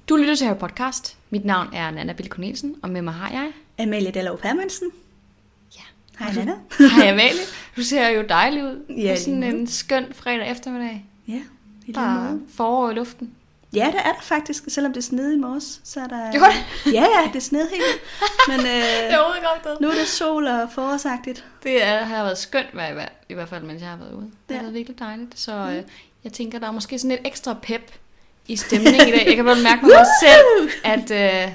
Du lytter til Harry Podcast. Mit navn er Nanna Bille Cornelsen, og med mig har jeg... Amalie Dallov Hermansen. Ja. Hej Nanna. Hej Amalie. Du ser jo dejlig ud. Ja, på sådan en skøn fredag eftermiddag. Ja, der er forår i luften. Ja, der er der faktisk. Selvom det snede i morges, så er der... Jo. Ja, det snede helt. Men det er godt. nu er det sol og forårsagtigt. Det har været skønt vejr, i hvert fald, mens jeg har været ude. Det har været virkelig dejligt. Så jeg tænker, der er måske sådan lidt ekstra pep i stemningen i dag. Jeg kan bare mærke på mig selv, at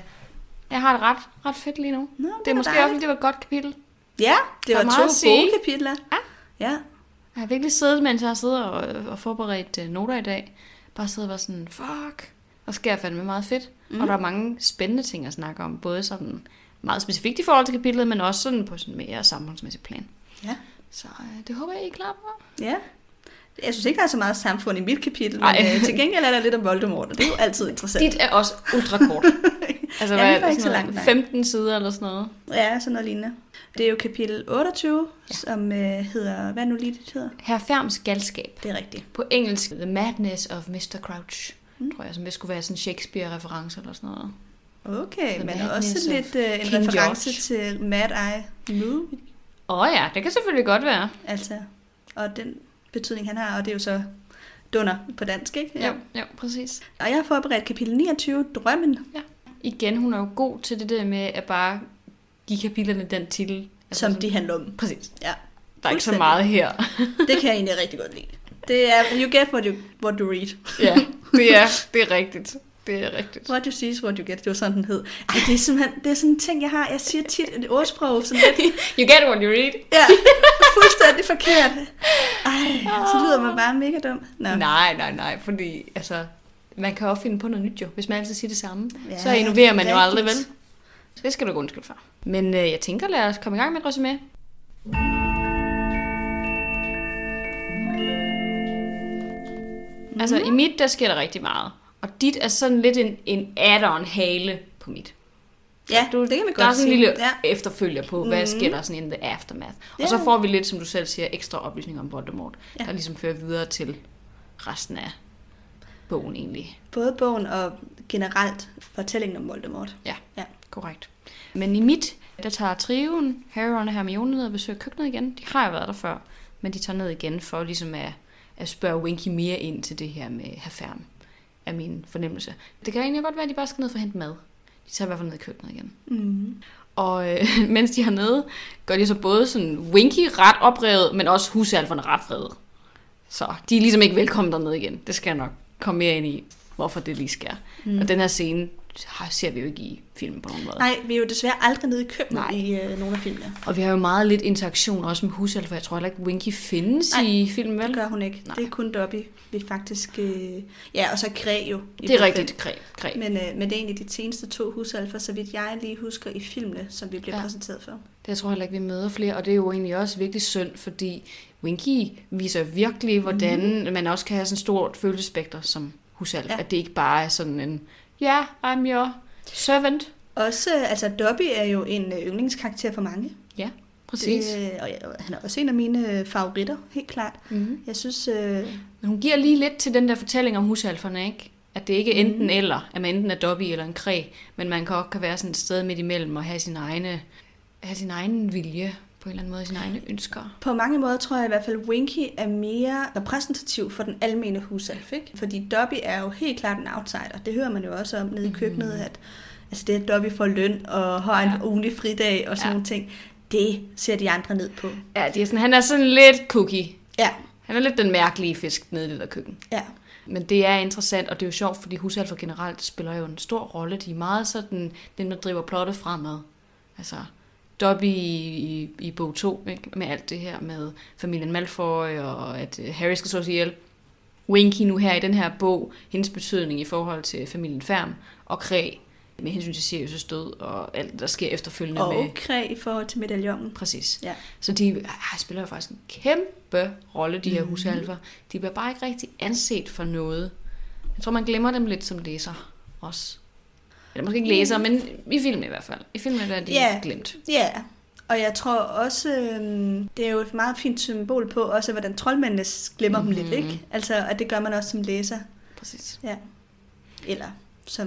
jeg har det ret fedt lige nu. Nå, det er måske også, det var et godt kapitel. Ja, det var 2 gode kapitler. Ja. Jeg har virkelig siddet, mens jeg har siddet og forberedt noter i dag. Bare siddet og været sådan, fuck, og sker fandme meget fedt. Og der er mange spændende ting at snakke om. Både sådan meget specifikt i forhold til kapitlet, men også sådan på sådan mere samfundsmæssig plan. Ja. Så det håber jeg, I er klar på. Ja. Jeg synes ikke, der er så meget samfund i mit kapitel, men til gengæld er der lidt om Voldemort, og det er jo altid interessant. Dit er også ultra kort. Altså, ja, det er ikke så langt. 15 sider eller sådan noget. Ja, sådan noget lignende. Det er jo kapitel 28, som hedder, hvad nu lige det hedder? Herr Ferms galskab. Det er rigtigt. På engelsk, The Madness of Mr. Crouch, tror jeg, som det skulle være sådan Shakespeare-reference eller sådan noget. Okay, men også lidt en reference til Mad Eye Moody. Ja, det kan selvfølgelig godt være. Altså, og den betydning han har, og det er jo så dunder på dansk, ikke? Ja, præcis. Og jeg har forberedt kapitel 29, Drømmen. Ja. Igen, hun er jo god til det der med at bare give kapitlerne den titel. Altså, som de handler om. Præcis. Ja. Der er ikke så meget her. Det kan jeg egentlig rigtig godt lide. Det er, you get what you read. Ja, det er rigtigt. Det er rigtigt. What you see is what you get, det var sådan, den hed. Ej, det er simpelthen, det er sådan en ting, jeg har. Jeg siger tit et ordsprog sådan lidt. You get what you read. Ja, fuldstændig forkert. Ej, så lyder man bare mega dum. No. Nej, fordi altså, man kan også finde på noget nyt jo, hvis man altid siger det samme. Ja, så innoverer man jo aldrig, vel? Så det skal du gå undskyld for. Men jeg tænker, lad os komme i gang med et resume. Altså, i mit, der sker der rigtig meget. Og dit er sådan lidt en add-on hale på mit. Ja, det kan vi godt sige. Der er sådan en lille efterfølger på, hvad sker der sådan in the aftermath. Og så får vi lidt, som du selv siger, ekstra oplysninger om Voldemort, der ligesom fører videre til resten af bogen egentlig. Både bogen og generelt fortællingen om Voldemort. Ja, korrekt. Men i mit, der tager trioen, Harry, Ron og Hermione ned og besøger køkkenet igen. De har jo været der før, men de tager ned igen for ligesom at spørge Winky mere ind til det her med Herr Ferm, af min fornemmelse. Det kan egentlig godt være, at de bare skal ned for at hente mad. De tager i hvert fald ned i køkkenet igen. Mm. Og mens de er hernede, gør de så både sådan Winky ret oprevet, men også husalferne ret vrede. Så de er ligesom ikke velkommen dernede igen. Det skal jeg nok komme mere ind i, hvorfor det lige sker. Og den her scene ser vi jo ikke i filmen på nogen måde. Nej, vi er jo desværre aldrig nede i køkkenet i nogle af filmene. Og vi har jo meget lidt interaktion også med husalfer. Jeg tror heller ikke, Winky findes i filmen, vel? det gør hun ikke. Nej. Det er kun Dobby, vi faktisk... og så Kræ jo. Det er rigtigt, Kræ. Men det er egentlig de seneste 2 husalfer, så vidt jeg lige husker i filmene, som vi bliver præsenteret for. Det tror jeg heller ikke, vi møder flere, og det er jo egentlig også virkelig synd, fordi Winky viser virkelig, hvordan man også kan have sådan et stort følelsespekter som husalf. Ja. At det ikke bare er sådan en, I'm your servant. Også, altså Dobby er jo en yndlingskarakter for mange. Ja, præcis. Og han er også en af mine favoritter, helt klart. Mm-hmm. Jeg synes... Men hun giver lige lidt til den der fortælling om husalferne, ikke? At det ikke enten eller, at man enten er Dobby eller en Kræ, men man kan også være sådan et sted midt imellem og have sin egen vilje på en eller anden måde, sine egne ønsker. På mange måder tror jeg i hvert fald, Winky er mere repræsentativ for den almene husalf, ikke? Fordi Dobby er jo helt klart en outsider. Det hører man jo også om nede i køkkenet, at altså det, at Dobby får løn og har en ugenlig fridag og sådan nogle ting, det ser de andre ned på. Ja, det er sådan, han er sådan lidt cookie. Ja. Han er lidt den mærkelige fisk nede i det der køkken. Ja. Men det er interessant, og det er jo sjovt, fordi husalfer generelt spiller jo en stor rolle. De er meget sådan, den der driver plottet fremad. Altså Dobby i bog 2, ikke? Med alt det her med familien Malfoy, og at Harry skal slås ihjel. Winky nu her i den her bog, hendes betydning i forhold til familien Ferm, og Kræ med hensyn til Sirius' død, og alt der sker efterfølgende og med... Og Kræ i forhold til medaljongen. Præcis. Ja. Så de spiller jo faktisk en kæmpe rolle, de her husalfer. De bliver bare ikke rigtig anset for noget. Jeg tror, man glemmer dem lidt som læser også. Eller måske ikke læser, men i filmen i hvert fald. I filmen er de glemt. Ja, og jeg tror også, det er jo et meget fint symbol på, også hvordan troldmændene glemmer dem lidt, ikke? Altså, at det gør man også som læser. Præcis. Ja. Eller som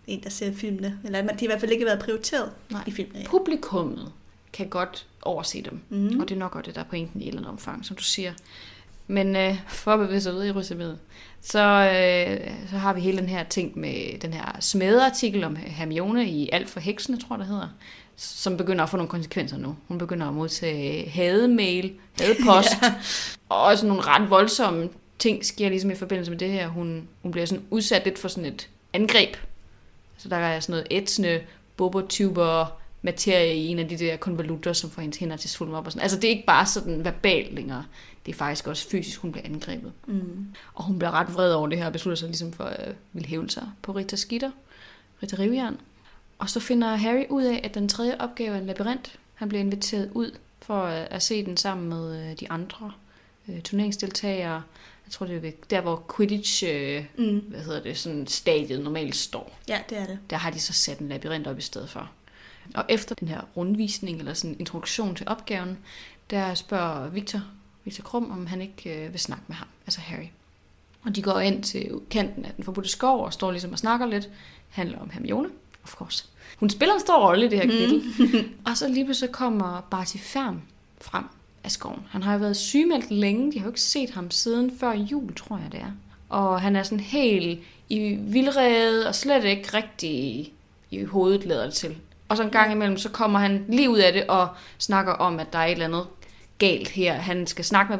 en, der ser filmene. Eller de har i hvert fald ikke været prioriteret i filmene. Publikummet kan godt overse dem. Og det er nok godt, det der er pointen i et eller andet omfang, som du siger. Men for at bevæge sig ud i rygsemiet, så har vi hele den her ting med den her smedeartikel om Hermione i Alt for heksene, tror jeg det hedder, som begynder at få nogle konsekvenser nu. Hun begynder at modtage hademail, hadpost, og også nogle ret voldsomme ting sker ligesom i forbindelse med det her. Hun bliver sådan udsat lidt for sådan et angreb. Så der er sådan noget ætsende bobotuber materie i en af de der konvolutter, som får hendes hænder til at svulme op. Og sådan. Altså det er ikke bare sådan verbalt længere. Det er faktisk også fysisk, hun bliver angrebet. Og hun bliver ret vred over det her, og beslutter sig ligesom for at ville hævne sig på Rita Skeeter, Rita Rivjern. Og så finder Harry ud af, at den tredje opgave er en labyrint. Han bliver inviteret ud for at se den sammen med de andre turneringsdeltagere. Jeg tror, det er der, hvor Quidditch sådan stadiet normalt står. Ja, det er det. Der har de så sat en labyrint op i stedet for. Og efter den her rundvisning, eller sådan en introduktion til opgaven, der spørger Victor Krum, om han ikke vil snakke med ham, altså Harry. Og de går ind til kanten af den forbudte skov, og står ligesom og snakker lidt. Handler om Hermione, of course. Hun spiller en stor rolle i det her kapitel. Og så lige pludselig kommer Barty Færm frem af skoven. Han har jo været sygemeldt længe, de har jo ikke set ham siden før jul, tror jeg det er. Og han er sådan helt i vildrede, og slet ikke rigtig i hovedet lader det til. Og så en gang imellem, så kommer han lige ud af det og snakker om, at der er et eller andet galt her. Han skal snakke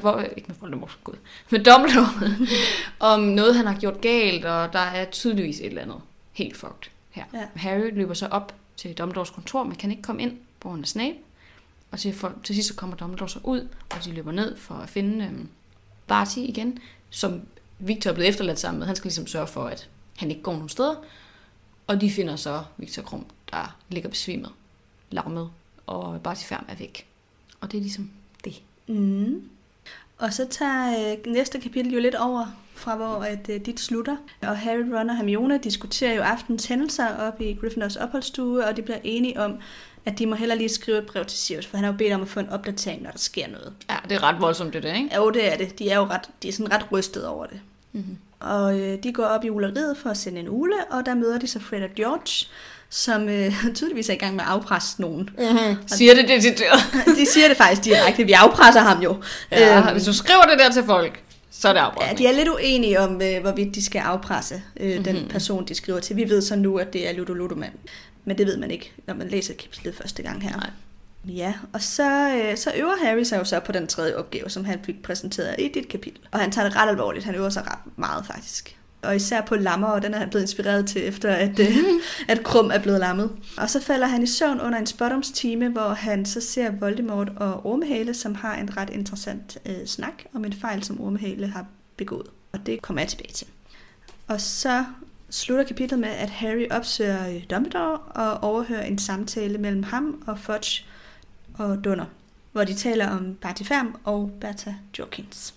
med Dumbledore om noget, han har gjort galt, og der er tydeligvis et eller andet helt fucked her. Ja. Harry løber så op til Dumbledores kontor, men kan ikke komme ind, hvor han er Snape. Og til sidst så kommer Dumbledore så ud, og de løber ned for at finde Barty igen, som Victor er blevet efterladt sammen med. Han skal ligesom sørge for, at han ikke går nogen steder. Og de finder så Victor Krum, der ligger besvimet, lammet, og Barty Færm er væk. Og det er ligesom det. Og så tager næste kapitel jo lidt over fra, hvor dit slutter. Og Harry, Ron og Hermione diskuterer jo aftens hændelser op i Gryffindors opholdsstue, og de bliver enige om, at de må heller lige skrive et brev til Sirius, for han har jo bedt om at få en opdatering, når der sker noget. Ja, det er ret voldsomt det, ikke? Jo, det er det. De er sådan ret rystet over det. Og de går op i uleriet for at sende en ule, og der møder de så Fred og George, som tydeligvis er i gang med at afpresse nogen. Siger det decideret? De siger det faktisk direkte. Vi afpresser ham jo. Ja, hvis du skriver det der til folk, så er det afpresning. Ja, de er lidt uenige om, hvorvidt de skal afpresse den person, de skriver til. Vi ved så nu, at det er Ludo Ludoman. Men det ved man ikke, når man læser kapitlet første gang her. Nej. Ja, og så øver Harry sig jo så på den tredje opgave, som han fik præsenteret i dit kapitel. Og han tager det ret alvorligt. Han øver sig ret meget, faktisk. Og især på lammer, og den er han blevet inspireret til, efter at Krum er blevet lammet. Og så falder han i søvn under en spådomstime, hvor han så ser Voldemort og Ormehale, som har en ret interessant snak om en fejl, som Ormehale har begået. Og det kommer jeg tilbage til. Og så slutter kapitlet med, at Harry opsøger Dumbledore og overhører en samtale mellem ham og Fudge og Dunner, hvor de taler om Barty Færm og Bertha Jorkins.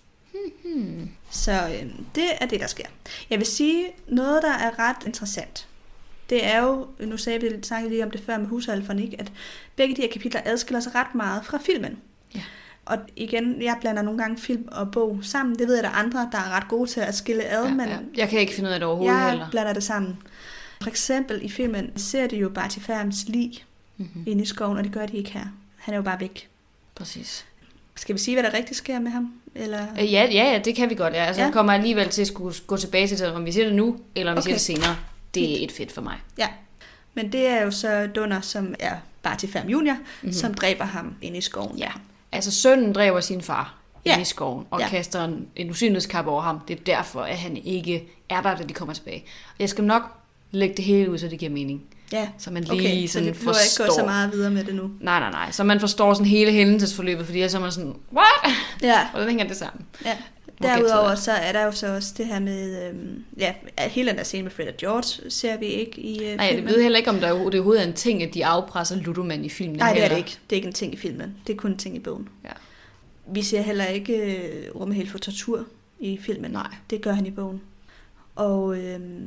Så det er det, der sker. Jeg vil sige, noget, der er ret interessant, det er jo, nu snakkede lige om det før med Husalferen, ikke, at begge de her kapitler adskiller sig ret meget fra filmen. Ja. Og igen, jeg blander nogle gange film og bog sammen. Det ved jeg, der er andre, der er ret gode til at skille ad. Men jeg kan ikke finde ud af det overhovedet heller. Jeg blander det sammen. For eksempel i filmen ser de jo Barty Færms lig inde i skoven, og det gør de ikke her. Han er jo bare væk. Præcis. Skal vi sige, hvad der rigtig sker med ham? Eller? Ja, det kan vi godt. Ja. Altså, jeg kommer alligevel til at skulle gå tilbage til, om vi siger det nu, eller om vi siger det senere. Det er et fedt for mig. Ja, men det er jo så Dunner, som er Barty Færm Junior, som dræber ham inde i skoven. Ja, altså sønnen dræber sin far inde i skoven, og kaster en usynlighedskappe over ham. Det er derfor, at han ikke er der, da de kommer tilbage. Og jeg skal nok lægge det hele ud, så det giver mening. Ja, så man lige sådan så det ikke gå så meget videre med det nu. Nej. Så man forstår sådan hele hændelsesforløbet, fordi så er man sådan, what? Ja. Hvordan hænger det sammen? Ja. Derudover så er der jo så også det her med, hele den der scene med Fred og George ser vi ikke i filmen. Nej, jeg ved heller ikke, om det overhovedet er en ting, at de afpresser Ludoman i filmen. Nej, det er det ikke. Det er ikke en ting i filmen. Det er kun en ting i bogen. Ja. Vi ser heller ikke Ormehale for tortur i filmen. Nej. Det gør han i bogen. Og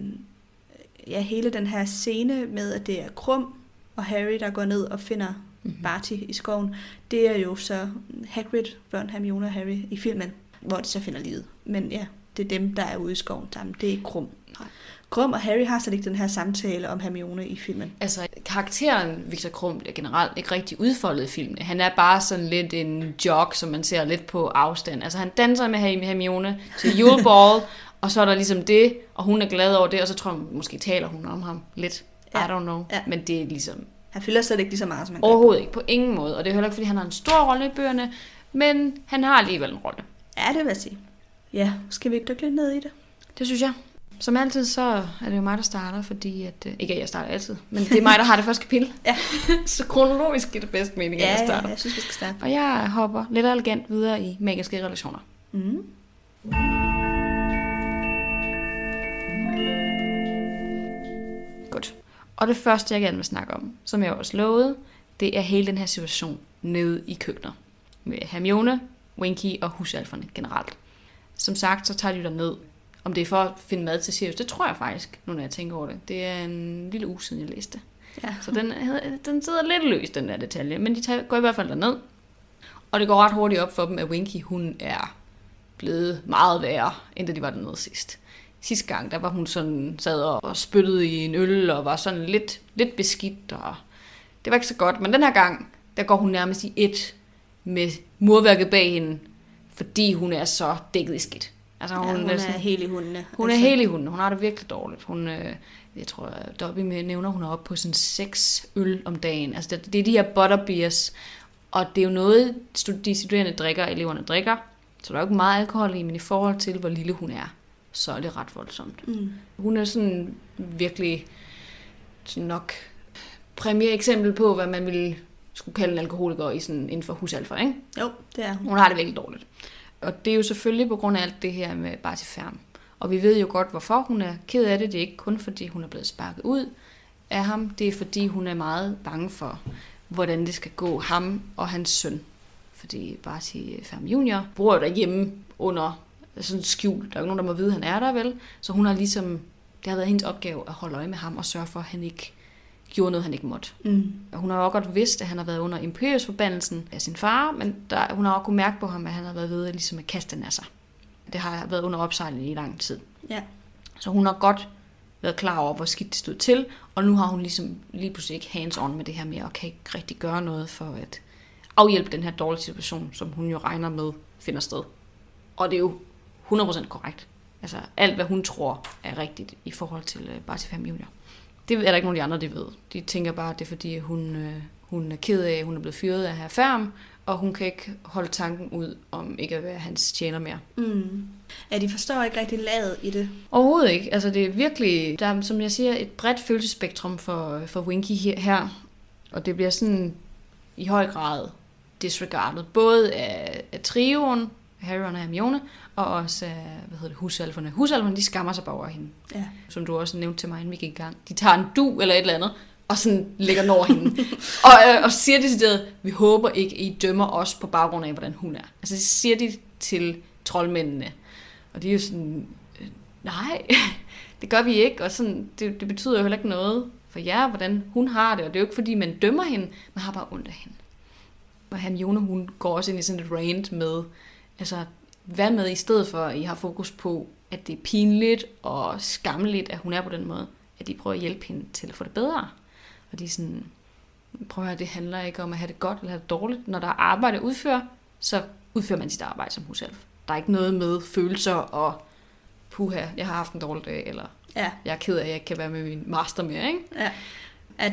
hele den her scene med, at det er Krum og Harry, der går ned og finder Barty i skoven, det er jo så Hagrid, Ron, Hermione og Harry i filmen, hvor de så finder livet. Men ja, det er dem, der er ude i skoven sammen. Det er ikke Krum. Nej. Krum og Harry har slet ikke den her samtale om Hermione i filmen. Altså, karakteren Viktor Krum er generelt ikke rigtig udfoldet i filmen. Han er bare sådan lidt en jog, som man ser lidt på afstand. Altså, han danser med Hermione til juleball, og så er der ligesom det, og hun er glad over det, og så tror jeg, måske taler hun om ham lidt. I don't know. Ja. Men det er ligesom... Han fylder slet ikke lige så meget, som han overhovedet ikke, på ingen måde. Og det er heller ikke, fordi han har en stor rolle i bøgerne, men han har alligevel en rolle. Ja, det vil jeg sige. Ja, skal vi ikke dykke lidt ned i det? Det synes jeg. Som altid, så er det jo mig, der starter, fordi at... Ikke at jeg starter altid, men det er mig, der har det første kapitel. Ja. Så kronologisk er det bedst mening, at jeg starter. Ja, jeg synes, vi skal starte. Og jeg hopper lidt elegant videre i magiske relationer. Mm. Godt. Og det første, jeg gerne vil snakke om, som jeg også lovede, det er hele den her situation nede i køkkenet. Med Hermione, Winky og husalferne generelt. Som sagt, så tager de der ned. Om det er for at finde mad til Sirius, det tror jeg faktisk, nu når jeg tænker over det. Det er en lille uge siden, jeg læste. Ja. Så den sidder lidt løs, den der detalje. Men de går i hvert fald derned. Og det går ret hurtigt op for dem, at Winky, hun er blevet meget værre, end da de var dernede sidst. Sidste gang, der var hun sådan, sad og spyttede i en øl, og var sådan lidt beskidt, og det var ikke så godt. Men den her gang, der går hun nærmest i et med murværket bag hende, fordi hun er så dækket i skidt. Altså, hun er helt i hundene. Hun er helt i hundene. Hun har det virkelig dårligt. Jeg tror, at Dobby nævner, hun er oppe på sådan 6 øl om dagen. Altså, det er de her butterbeers, og det er jo noget, de studerende drikker, eleverne drikker. Så der er jo ikke meget alkohol i, men i forhold til, hvor lille hun er, så er det ret voldsomt. Mm. Hun er sådan virkelig sådan nok præmieeksempel på, hvad man ville skulle kalde en alkoholiker inden for husalfer, ikke? Jo, det er hun. Hun har det virkelig dårligt. Og det er jo selvfølgelig på grund af alt det her med Barty Færm. Og vi ved jo godt, hvorfor hun er ked af det. Det er ikke kun, fordi hun er blevet sparket ud af ham. Det er, fordi hun er meget bange for, hvordan det skal gå ham og hans søn. Fordi Barty Færm Junior bor jo derhjemme under sådan skjul. Der er jo ikke nogen, der må vide, at han er der, vel? Så hun har ligesom, det har været hendes opgave at holde øje med ham og sørge for, at han ikke gjorde noget, han ikke måtte. Mm. Og hun har jo godt vidst, at han har været under Imperius-forbandelsen af sin far, men hun har også kunnet mærke på ham, at han har været ved ligesom at kaste den af sig. Det har været under opsejling i lang tid. Ja. Så hun har godt været klar over, hvor skidt det stod til, og nu har hun ligesom lige pludselig ikke hands on med det her med, og kan ikke rigtig gøre noget for at afhjælpe den her dårlige situation, som hun jo regner med finder sted. Og det er jo 100% korrekt. Altså alt, hvad hun tror er rigtigt i forhold til Barty Færm Junior. Det er der ikke nogen af de andre, de ved. De tænker bare, at det er fordi, hun er ked af, at hun er blevet fyret af her Færm, og hun kan ikke holde tanken ud om ikke at være hans tjener mere. Mm. Ja, de forstår ikke rigtig laget i det. Overhovedet ikke. Altså det er virkelig, der er, som jeg siger, et bredt følelsesspektrum for Winky her. Og det bliver sådan i høj grad disregardet. Både af trioen, Harry, Ron og Hermione, og også af husalferne. Husalferne, de skammer sig bare over hende. Ja. Som du også nævnte til mig, inden vi gik i gang. De tager en du eller et eller andet, og sådan lægger den over hende. og siger decideret, vi håber ikke, I dømmer os på baggrund af, hvordan hun er. Altså det siger de til troldmændene. Og de er jo sådan, nej, det gør vi ikke. Og sådan, det betyder jo heller ikke noget for jer, hvordan hun har det. Og det er jo ikke, fordi man dømmer hende, man har bare ondt af hende. Og Hermione, hun går også ind i sådan et rant med, altså, hvad med i stedet for, at I har fokus på, at det er pinligt og skammeligt, at hun er på den måde, at de prøver at hjælpe hende til at få det bedre. Og de er sådan, prøv at høre, det handler ikke om at have det godt eller have det dårligt. Når der er arbejde at udføre, så udfører man sit arbejde som husalf. Der er ikke noget med følelser og, puha, jeg har haft en dårlig dag, eller jeg er ked af, at jeg ikke kan være med min master mere, ikke? Ja. Ja,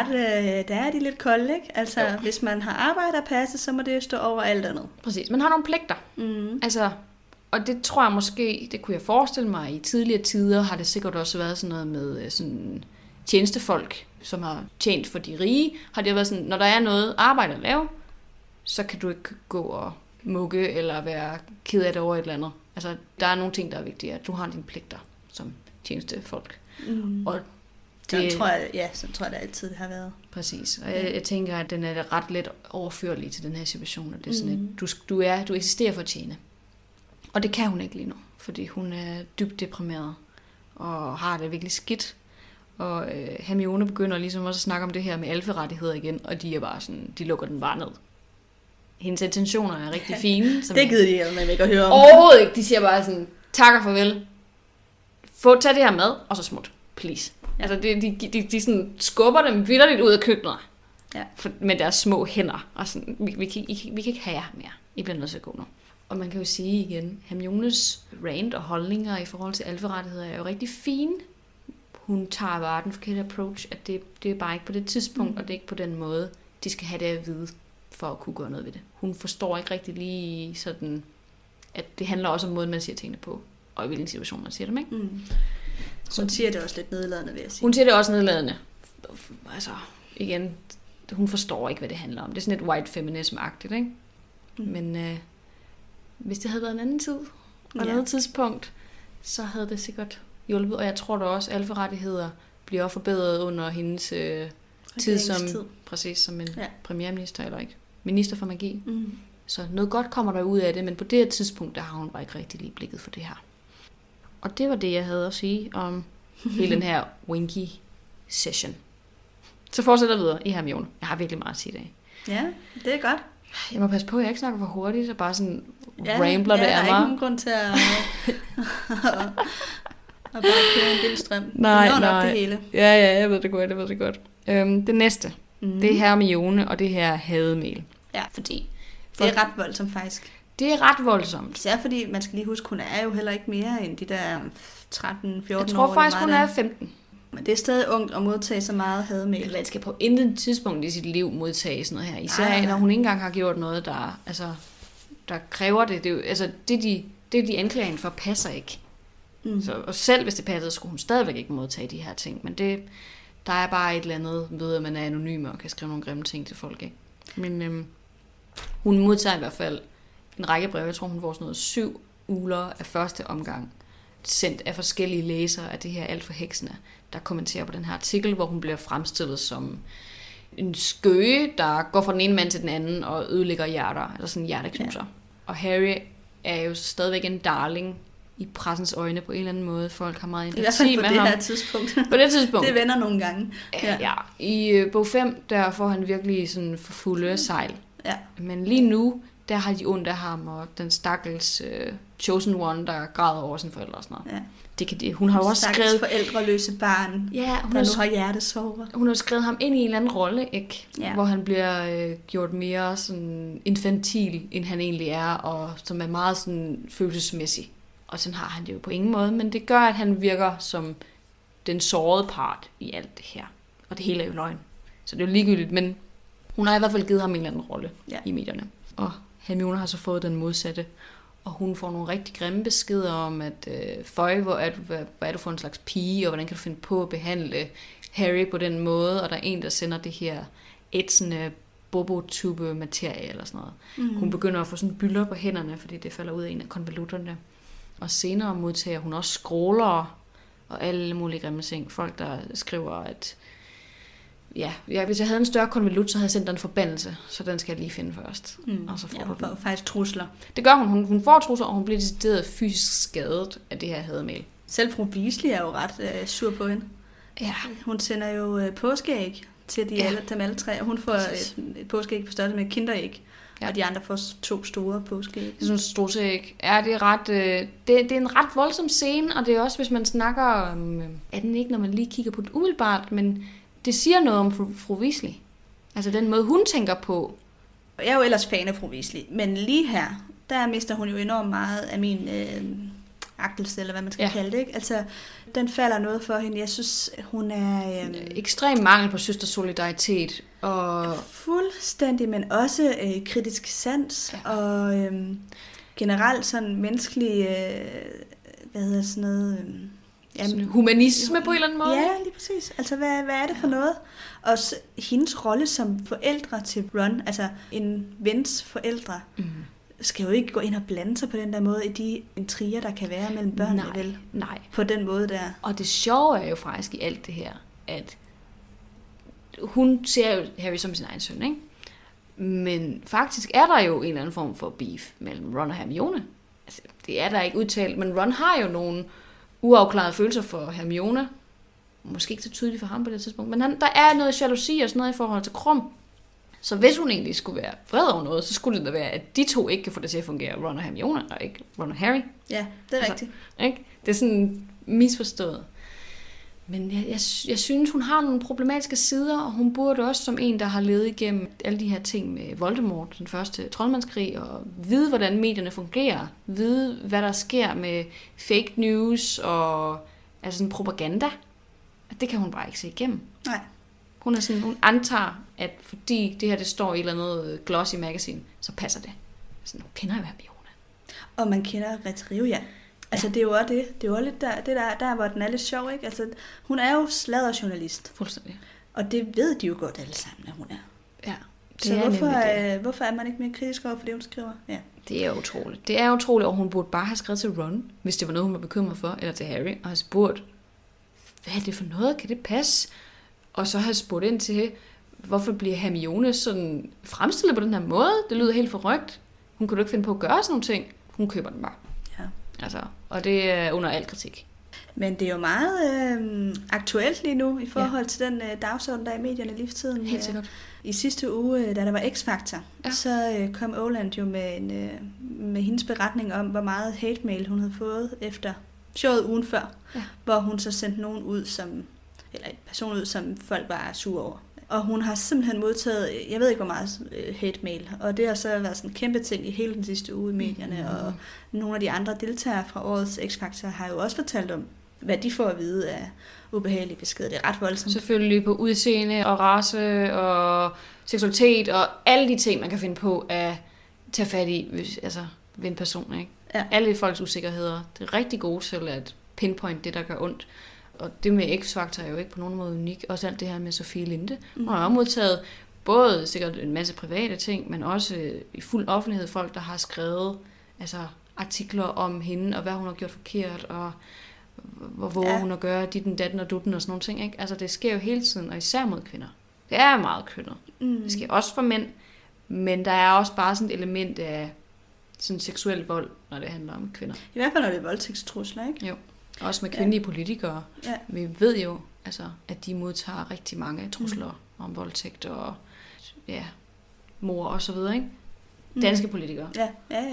der er de lidt kolde, ikke? Altså, jo. Hvis man har arbejde at passe, så må det stå over alt andet. Præcis, man har nogle pligter. Mm. Altså, og det tror jeg måske, det kunne jeg forestille mig, i tidligere tider har det sikkert også været sådan noget med sådan tjenestefolk, som har tjent for de rige, har det været sådan, når der er noget arbejde at lave, så kan du ikke gå og mugge eller være ked af det over et eller andet. Altså, der er nogle ting, der er vigtige, at du har dine pligter som tjenestefolk. Mm. Og det tror jeg, sådan tror jeg det altid har været. Præcis. Og jeg tænker, at den er ret let overførlig til den her situation. At det er sådan, at du eksisterer for at tjene. Og det kan hun ikke lige nu, fordi hun er dybt deprimeret og har det virkelig skidt. Og Hermione begynder ligesom også at snakke om det her med alferettigheder igen, og de er bare sådan, de lukker den bare ned. Hendes intentioner er rigtig fine. Det gider de ikke at høre om. Overhovedet ikke. De siger bare sådan, takker farvel. Tag det her med, og så smut. Please. Altså, de sådan skubber dem vitterligt ud af køkkenet. Ja. Med deres små hænder. Og sådan, vi kan ikke have jer mere. I bliver nødt til at gå nu. Og man kan jo sige igen, Hermiones rant og holdninger i forhold til alferettigheder er jo rigtig fine. Hun tager bare den forkerte approach, at det er bare ikke på det tidspunkt, og det er ikke på den måde, de skal have det at vide, for at kunne gøre noget ved det. Hun forstår ikke rigtig lige sådan, at det handler også om måden, man siger tingene på, og i hvilken situation man siger dem, ikke? Hun siger det også lidt nedladende, vil jeg sige. Hun siger det også nedladende. Altså, igen, hun forstår ikke, hvad det handler om. Det er sådan et white feminism-agtigt, ikke? Men hvis det havde været en anden tid, og et andet tidspunkt, så havde det sikkert hjulpet. Og jeg tror da også, at alferettigheder bliver forbedret under hendes tid som en premierminister, eller ikke? Minister for magi. Så noget godt kommer der ud af det, men på det her tidspunkt, der har hun bare ikke rigtig lige blikket for det her. Og det var det, jeg havde at sige om hele den her Winky session. Så fortsætter videre i Hermione. Jeg har virkelig meget at sige i dag. Ja, det er godt. Jeg må passe på, at jeg ikke snakker for hurtigt, så bare sådan rambler det af mig. Der er ikke nogen grund til at bare køre en lille strøm. Nej. Det hele. Ja, jeg ved det godt. Det næste, det er Hermione, og det her hademel. Ja, fordi det er ret voldsomt faktisk. Det er ret voldsomt. Især fordi, man skal lige huske, hun er jo heller ikke mere end de der 13-14 år. Jeg tror faktisk, hun er 15. Men det er stadig ungt at modtage så meget hademel. Man skal på intet tidspunkt i sit liv modtage sådan noget her. Især når hun ikke engang har gjort noget, der kræver det. Det er jo, altså, det de anklager hende for, passer ikke. Så, og selv hvis det passede, skulle hun stadigvæk ikke modtage de her ting. Men der er bare et eller andet ved, at man er anonym og kan skrive nogle grimme ting til folk, ikke? Men hun modtager i hvert fald en række breve. Jeg tror, hun får sådan noget 7 uler af første omgang, sendt af forskellige læsere af det her Alt for heksene, der kommenterer på den her artikel, hvor hun bliver fremstillet som en skøge, der går fra den ene mand til den anden og ødelægger hjerter, eller sådan hjerteknuser. Ja. Og Harry er jo stadigvæk en darling i pressens øjne på en eller anden måde. Folk har meget empati med ham. I hvert fald på det her tidspunkt. På det tidspunkt. Det vender nogle gange. Ja. I bog 5, der får han virkelig sådan for fulde sejl. Ja. Men lige nu, der har de ondt af ham, og den stakkels chosen one, der græder over sine forældre og sådan noget. Ja. Hun har jo også skrevet forældreløse barn, der nu har hjertesorger. Hun har skrevet ham ind i en eller anden rolle, ikke? Ja. Hvor han bliver gjort mere sådan infantil, end han egentlig er, og som er meget sådan følelsesmæssig. Og sådan har han det jo på ingen måde, men det gør, at han virker som den sårede part i alt det her. Og det hele er jo løgn. Så det er jo ligegyldigt, men hun har i hvert fald givet ham en eller anden rolle i medierne. Og Hermione har så fået den modsatte. Og hun får nogle rigtig grimme beskeder om, at hvad er du for en slags pige, og hvordan kan du finde på at behandle Harry på den måde, og der er en, der sender det her ætsende bobotube-materie eller sådan noget. Hun begynder at få sådan bylder på hænderne, fordi det falder ud af en af konvolutterne. Og senere modtager hun også scroller og alle mulige grimme ting. Folk, der skriver, at hvis jeg havde en større konvolut, så havde jeg sendt en forbandelse, så den skal jeg lige finde først. Og så får hun får faktisk trusler. Det gør hun. Hun får trusler, og hun bliver decideret fysisk skadet af det her hademail. Selv fru Weasley er jo ret sur på hende. Ja. Hun sender jo påskeæg til dem alle tre, og hun får et påskeæg på størrelse med et kinderæg. Ja. Og de andre får 2 store påskeæg. Det er sådan en struseæg. Ja, det er ret. Det er en ret voldsom scene, og det er også, hvis man snakker om, er den ikke, når man lige kigger på det umiddelbart, men det siger noget om fru Weasley. Altså den måde, hun tænker på. Jeg er jo ellers fan af fru Weasley, men lige her, der mister hun jo enormt meget af min agtelse, eller hvad man skal kalde det, ikke? Altså, den falder noget for hende. Jeg synes, hun er ekstrem mangel på søstersolidaritet. Og fuldstændig, men også kritisk sans, og generelt sådan menneskelig, sådan noget... humanisme på en eller anden måde. Ja, lige præcis. Altså, hvad er det for noget? Og hendes rolle som forældre til Ron, altså en vens forældre, skal jo ikke gå ind og blande sig på den der måde i de intriger, der kan være mellem børnene, vel? Nej. På den måde der. Og det sjove er jo faktisk i alt det her, at hun ser jo Harry som sin egen søn, ikke? Men faktisk er der jo en eller anden form for beef mellem Ron og Hermione. Altså, det er der ikke udtalt, men Ron har jo nogle uafklarede følelser for Hermione. Måske ikke så tydeligt for ham på det tidspunkt, men der er noget jalousi og sådan noget i forhold til Krum. Så hvis hun egentlig skulle være vred over noget, så skulle det da være, at de to ikke kan få det til at fungere, Ron og Hermione, og ikke Ron og Harry. Ja, det er rigtigt. Ikke? Det er sådan misforstået. Men jeg synes, hun har nogle problematiske sider, og hun burde også som en, der har levet igennem alle de her ting med Voldemort, den første troldmandskrig, og vide, hvordan medierne fungerer, vide, hvad der sker med fake news og altså sådan propaganda. Det kan hun bare ikke se igennem. Nej. Hun antager, at fordi det her det står i et eller andet glossy magazine, så passer det. Så nu kender jeg jo Hermione. Og man kender Rita Rivia. Altså, det er jo også det. Det er jo lidt der, hvor den er lidt sjov, ikke? Altså, hun er jo sladderjournalist. Fuldstændig. Og det ved de jo godt alle sammen, at hun er. Ja. Så hvorfor er man ikke mere kritisk over for det, hun skriver? Ja. Det er utroligt. Det er utroligt, og hun burde bare have skrevet til Ron, hvis det var noget, hun var bekymret for, eller til Harry, og have spurgt, hvad er det for noget? Kan det passe? Og så have spurgt ind til, hvorfor bliver Hermione sådan fremstillet på den her måde? Det lyder helt forrygt. Hun kunne jo ikke finde på at gøre sådan nogle ting. Hun køber den bare. Ja. Altså, og det er under al kritik. Men det er jo meget aktuelt lige nu i forhold til den dagsorden, der er i medierne lige for tiden. Helt sikkert. I sidste uge, da der var X-Factor, så kom Oland jo med hendes beretning om, hvor meget hate-mail hun havde fået efter showet ugen før, hvor hun så sendte nogen ud, eller en person ud, som folk var sure over. Og hun har simpelthen modtaget, jeg ved ikke hvor meget hate-mail, og det har så været sådan en kæmpe ting i hele den sidste uge i medierne, og nogle af de andre deltagere fra årets X-Factor har jo også fortalt om, hvad de får at vide af ubehagelige beskeder. Det er ret voldsomt. Selvfølgelig på udseende og race og seksualitet og alle de ting, man kan finde på at tage fat i ved en person. Ikke? Ja. Alle folks usikkerheder. Det er rigtig gode til at pinpoint det, der gør ondt. Og det med X-Factor er jo ikke på nogen måde unik. Også alt det her med Sofie Linde. Hun har jo modtaget både sikkert en masse private ting, men også i fuld offentlighed folk, der har skrevet artikler om hende, og hvad hun har gjort forkert, og hvor våger hun at gøre ditten, datten og dutten og sådan nogle ting. Ikke? Altså det sker jo hele tiden, og især mod kvinder. Det er meget kønnet. Det sker også for mænd, men der er også bare sådan et element af sådan seksuel vold, når det handler om kvinder. I hvert fald når det er voldtægtstrusler, ikke? Jo. Også med kvindelige politikere. Ja. Vi ved jo, at de modtager rigtig mange trusler om voldtægt og mord og så videre, ikke? Danske politikere. Ja.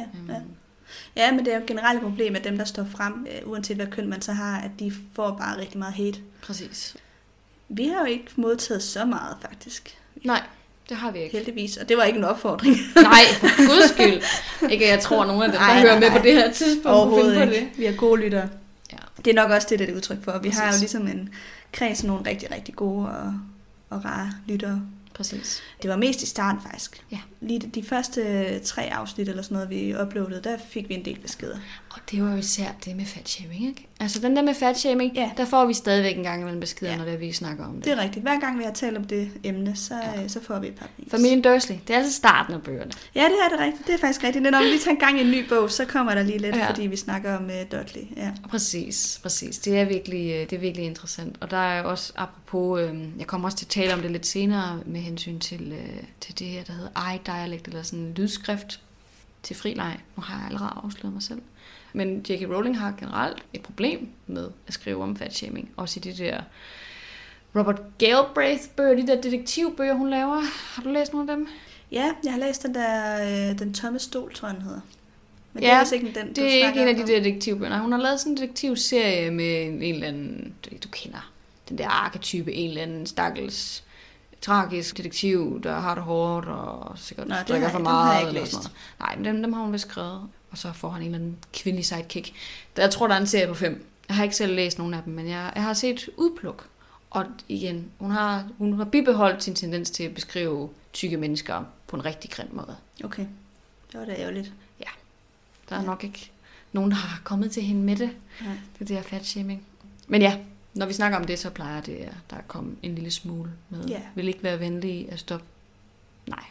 Ja, men det er jo et generelt problem, at dem, der står frem, uanset hvad køn man så har, at de får bare rigtig meget hate. Præcis. Vi har jo ikke modtaget så meget, faktisk. Nej, det har vi ikke. Heldigvis, og det var ikke en opfordring. Nej, for guds skyld. Ikke, jeg tror, at nogle af dem, der hører med på det her tidspunkt, overhovedet finde på det. Vi har gode lyttere. Ja. Det er nok også det, der er det udtryk for. Vi har jo ligesom en kreds af nogle rigtig, rigtig gode og rare lyttere. Præcis. Det var mest i starten faktisk. Ja. Lige de første 3 afsnit eller sådan noget, vi uploadede, der fik vi en del beskeder. Og det var jo især det med fatshaming, ikke? Altså den der med fatshaming, der får vi stadigvæk en gang imellem beskeder, når vi snakker om det. Det er rigtigt. Hver gang vi har talt om det emne, så får vi et par mails. Familien Dursley, det er altså starten af bøgerne. Ja, det er det rigtigt. Det er faktisk rigtigt. Når vi lige tager en gang i en ny bog, så kommer der lige lidt, fordi vi snakker om Dudley. Ja. Præcis. Det er virkelig interessant. Og der er jo også, apropos, jeg kommer også til at tale om det lidt senere, med hensyn til det her, der hedder i-dialect, eller sådan en lydskrift til frileg. Nu har jeg allerede afsløret mig selv. Men J.K. Rowling har generelt et problem med at skrive om fatshaming. Også i de der Robert Galbraith-bøger, de der detektivbøger, hun laver. Har du læst nogle af dem? Ja, jeg har læst den der Den tomme stol, tror jeg, den hedder. Men det er ikke den, det er ikke en af de detektivbøger. Nej, hun har lavet sådan en detektivserie med en eller anden, du kender, den der arketype, en eller anden stakkels tragisk detektiv, der har det hårdt og sikkert drikker for meget. Eller sådan noget. Nej, men dem har hun vist skrevet. Og så får han en eller anden kvindelig sidekick. Jeg tror, der er en serie på 5. Jeg har ikke selv læst nogen af dem, men jeg har set udpluk. Og igen, hun har bibeholdt sin tendens til at beskrive tykke mennesker på en rigtig grim måde. Okay, det var da ærgerligt. Ja, der er nok ikke nogen, der har kommet til hende med det. Det der fatshaming. Men ja, når vi snakker om det, så plejer det, der at komme en lille smule med. Ja. Vil ikke være venlig at stoppe? Nej.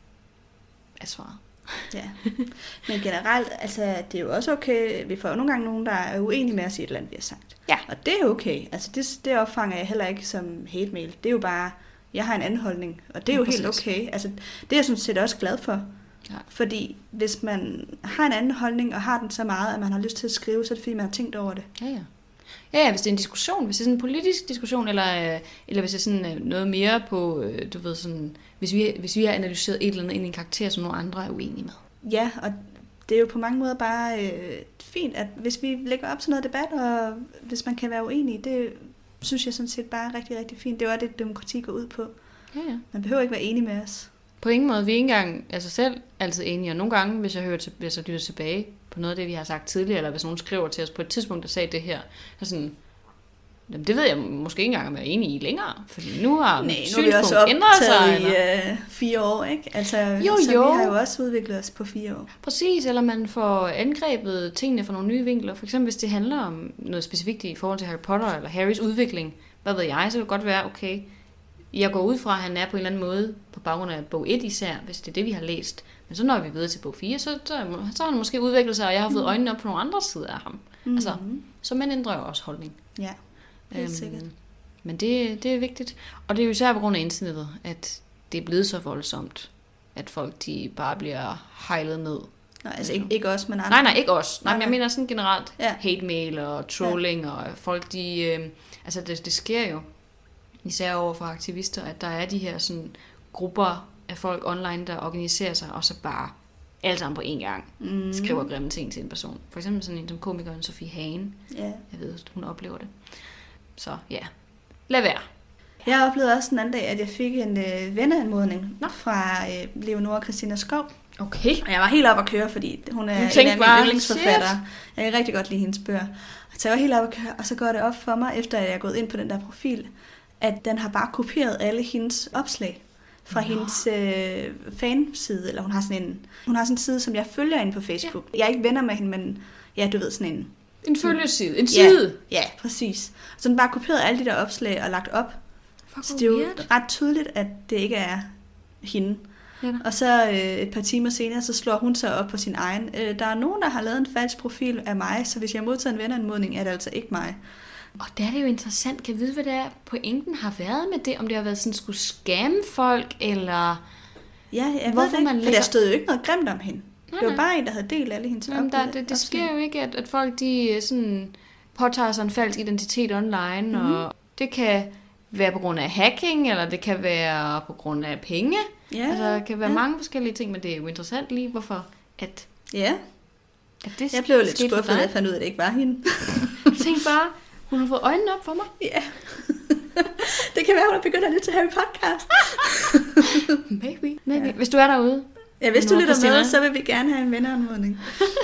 Er svaret. Ja, men generelt, altså det er jo også okay, vi får jo nogle gange nogen, der er uenige med os i et eller andet, vi har sagt. Ja. Og det er okay, altså det opfanger jeg heller ikke som hate mail. Det er jo bare, jeg har en anden holdning, og det er jo helt okay. Altså det er jeg sådan set også glad for. Ja. Fordi hvis man har en anden holdning, og har den så meget, at man har lyst til at skrive, så er det fordi, man har tænkt over det. Ja. Ja, hvis det er en diskussion, hvis det er sådan en politisk diskussion, eller hvis det er sådan noget mere på, du ved sådan, hvis vi har analyseret et eller andet ind i en karakter, som nogle andre er uenige med. Ja, og det er jo på mange måder bare fint, at hvis vi lægger op til noget debat, og hvis man kan være uenig, det synes jeg sådan set bare er rigtig, rigtig fint. Det er jo det, demokrati går ud på. Ja. Man behøver ikke være enig med os. På ingen måde. Vi er ikke engang selv altid enige, og nogle gange, hvis jeg lytter tilbage på noget af det, vi har sagt tidligere, eller hvis nogen skriver til os på et tidspunkt, der sagde det her, så sådan, jamen, det ved jeg måske ikke engang, om jeg er enig i længere, fordi nu har synspunkt ændret sig. Nu er vi også i 4 år, ikke? Altså, så vi har jo også udviklet os på 4 år. Præcis, eller man får angrebet tingene fra nogle nye vinkler. For eksempel, hvis det handler om noget specifikt i forhold til Harry Potter, eller Harrys udvikling, hvad ved jeg, så kan det godt være, okay, jeg går ud fra, at han er på en eller anden måde på baggrund af bog 1 især, hvis det er det, vi har læst. Men så når vi videre til bog 4, så har han måske udviklet sig, og jeg har fået øjnene op på nogle andre sider af ham. Mm-hmm. Altså, så man ændrer jo også holdning. Ja, helt sikkert. Men det er vigtigt. Og det er jo især på grund af internettet, at det er blevet så voldsomt, at folk de bare bliver hejlet ned. Nej, altså ikke os, men andre. Nej, ikke os. Nej, men jeg mener sådan generelt hate-mail og trolling, og folk de... altså det sker jo, især over for aktivister, at der er de her sådan grupper af folk online, der organiserer sig, og så bare alle sammen på en gang skriver grimme ting til en person. For eksempel sådan en som komikeren Sofie Hagen. Ja. Jeg ved, hun oplever det. Så ja, lad være. Jeg oplevede også den anden dag, at jeg fik en venneanmodning fra Leonora Christina Skov. Okay. Og jeg var helt op at køre, fordi hun er en af mine yndlingsforfattere. Jeg kan rigtig godt lide hendes bøger. Så jeg var helt op at køre, og så går det op for mig, efter at jeg er gået ind på den der profil, at den har bare kopieret alle hendes opslag fra hendes fanside, eller hun har sådan en side, som jeg følger inde på Facebook. Jeg er ikke venner med hende, men ja, du ved, sådan en følgeside. En side. Ja, præcis. Så den bare kopieret alle de der opslag og lagt op. Så det er jo ret tydeligt, at det ikke er hende. Ja. Og så et par timer senere, så slår hun sig op på sin egen. Der er nogen, der har lavet en falsk profil af mig, så hvis jeg modtager en venneanmodning, er det altså ikke mig. Og der er det jo interessant. Kan jeg vide, hvad det er, pointen har været med det? Om det har været sådan, skulle skamme folk, eller... Ja, jeg ved det ikke, for der stod jo ikke noget grimt om hende. Nej. Det var bare en, der havde delt alle hendes opslag. Det sker jo ikke, at folk de sådan påtager sig en falsk identitet online, og det kan være på grund af hacking, eller det kan være på grund af penge. Ja, altså, der kan være mange forskellige ting, men det er jo interessant lige, hvorfor at det jeg blev lidt skuffet, da jeg fandt ud af, at det ikke var hende. Jeg tænkte bare, hun har fået øjnene op for mig. Ja. Det kan være, hun har begyndt at lytte til Harry Podcast. Maybe. Ja. Hvis du er derude. Ja, hvis du lytter med, så vil vi gerne have en venneanmodning.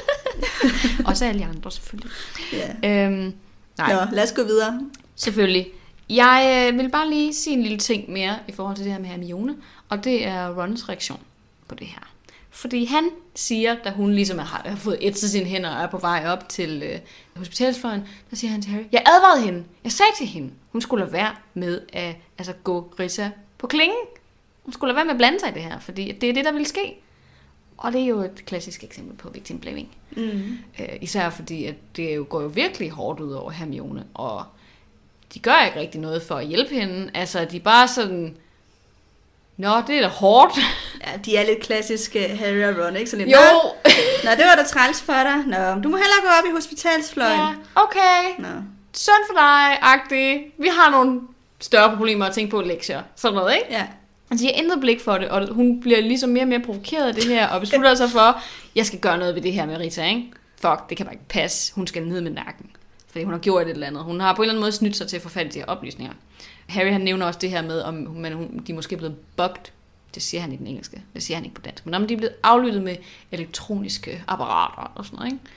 Og så alle de andre, selvfølgelig. Ja. Nej. Nå, lad os gå videre. Selvfølgelig. Jeg vil bare lige sige en lille ting mere i forhold til det her med Hermione, og det er Rons reaktion på det her. Fordi han siger, da hun ligesom har fået ætset sine hænder og er på vej op til hospitalsfløjen, der siger han til Harry, jeg advarede hende, jeg sagde til hende, hun skulle lade være med at gå Rita på klingen. Hun skulle lade være med at blande sig i det her, fordi det er det, der vil ske. Og det er jo et klassisk eksempel på victim blaming. Især fordi, at det jo går jo virkelig hårdt ud over Hermione, og de gør ikke rigtig noget for at hjælpe hende. Altså, de er bare sådan... Nå, det er da hårdt. Ja, de er lidt klassiske Harry og Ron, ikke? Sådan jo! Nå, det var da træls for dig. Nå, du må hellere gå op i hospitalsfløjen. Ja, okay. Synd for dig, agtig. Vi har nogle større problemer at tænke på lektier. Sådan noget, ikke? Ja. Altså, jeg har intet blik for det, og hun bliver ligesom mere og mere provokeret af det her, og beslutter sig for, jeg skal gøre noget ved det her med Rita, ikke? Fuck, det kan bare ikke passe. Hun skal ned med nakken. Fordi hun har gjort et eller andet. Hun har på en eller anden måde snydt sig til at få fat i de her oplysninger. Harry, han nævner også det her med, om de måske er blevet bugged. Det siger han i den engelske. Det siger han ikke på dansk. Men om de er blevet aflyttet med elektroniske apparater og sådan noget, ikke?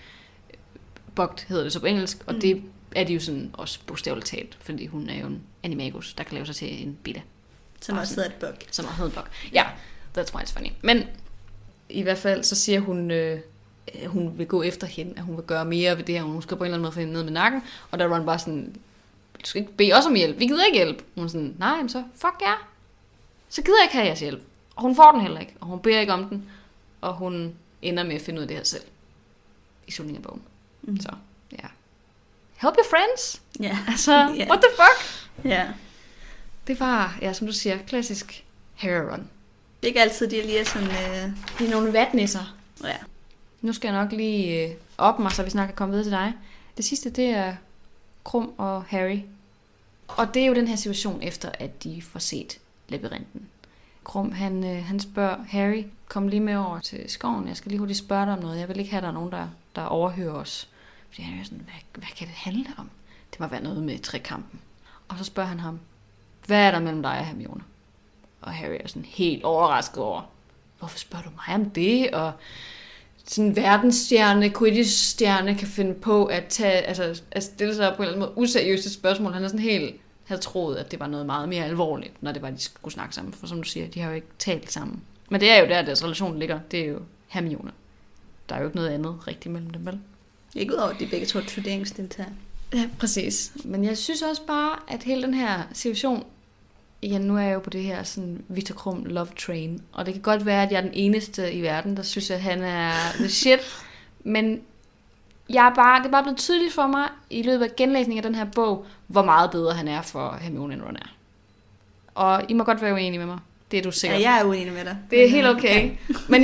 Bugged hedder det så på engelsk, og det er de jo sådan også bogstaveligt talt, fordi hun er jo en animagus, der kan lave sig til en bitte. Som også hedder et bug. Som også hedder et bug. Ja, that's why it's funny. Men i hvert fald så siger hun... hun vil gå efter hende, at hun vil gøre mere ved det her, hun skal på en eller anden måde få hende ned med nakken, og der er Ron bare sådan, du skal ikke bede os om hjælp, vi gider ikke hjælp. Hun er sådan, nej, men så fuck jer. Så gider jeg ikke have jeres hjælp. Og hun får den heller ikke, og hun beder ikke om den, og hun ender med at finde ud af det her selv. I slutningen af bogen. Så, ja. Help your friends. Ja. Altså, what the fuck? Ja. Det var, ja, som du siger, klassisk Harry og Ron. Det er ikke altid, de lige er sådan... De er nogle vatnisser. Ja. Nu skal jeg nok lige op mig, så vi snart kan komme videre til dig. Det sidste, det er Krum og Harry. Og det er jo den her situation efter, at de får set labyrinten. Krum, han spørger Harry, kom lige med over til skoven, jeg skal lige hurtigt spørge dig om noget. Jeg vil ikke have, der er nogen, der overhører os. Fordi han er sådan, hvad kan det handle om? Det må være noget med trekampen. Og så spørger han ham, hvad er der mellem dig og Hermione? Og Harry er sådan helt overrasket over, hvorfor spørger du mig om det? Og sådan en verdensstjerne, Quidditch-stjerne kan finde på at stille sig på en eller anden måde useriøse spørgsmål. Han er sådan helt, havde troet, at det var noget meget mere alvorligt, når det var, de skulle snakke sammen. For som du siger, de har jo ikke talt sammen. Men det er jo der, deres relation ligger. Det er jo Hermione. Der er jo ikke noget andet rigtigt mellem dem, vel? Ikke udover, at de begge to turneringsdeltager. Ja, præcis. Men jeg synes også bare, at hele den her situation, igen, nu er jeg jo på det her sådan Victor Krum love train, og det kan godt være, at jeg er den eneste i verden, der synes, at han er the shit, men det er bare blevet tydeligt for mig i løbet af genlæsningen af den her bog, hvor meget bedre han er for Hermione end Ron er. Og I må godt være uenige med mig. Det er du sikkert. Ja, jeg er uenig med dig. Det er helt okay. Men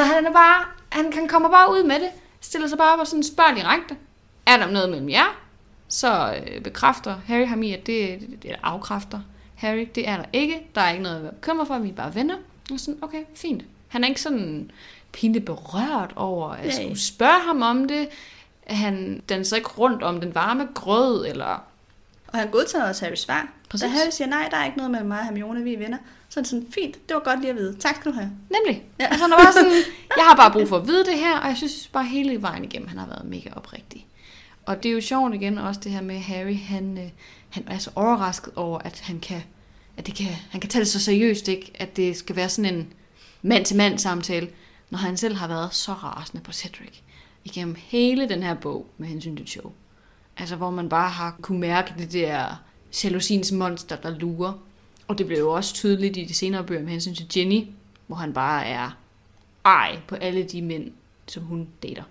han kommer bare ud med det, stiller sig bare op og sådan spørger direkte. Er der noget mellem jer? Så bekræfter Harry ham i, at det afkræfter Harry. Det er der ikke. Der er ikke noget at være bekymret for, vi er bare venner. Og sådan, okay, fint. Han er ikke sådan pinligt berørt over, at jeg skulle spørge ham om det. Han danser ikke rundt om den varme grød, eller... Og han godtager også Harrys svar. Præcis. Da Harry siger, nej, der er ikke noget mellem mig og Hermione, vi er venner. Så er det sådan, fint, det var godt lige at vide. Tak skal du have. Nemlig. Ja. Altså, han var sådan, jeg har bare brug for at vide det her, og jeg synes bare hele vejen igennem, han har været mega oprigtig. Og det er jo sjovt igen også det her med Harry, han er så overrasket over, at han kan tage det så seriøst, ikke? At det skal være sådan en mand-til-mand samtale, når han selv har været så rasende på Cedric igennem hele den her bog med hensyn til Cho. Altså hvor man bare har kunne mærke det der jalousiens monster, der lurer. Og det blev jo også tydeligt i de senere bøger med hensyn til Ginny, hvor han bare er på alle de mænd, som hun dater.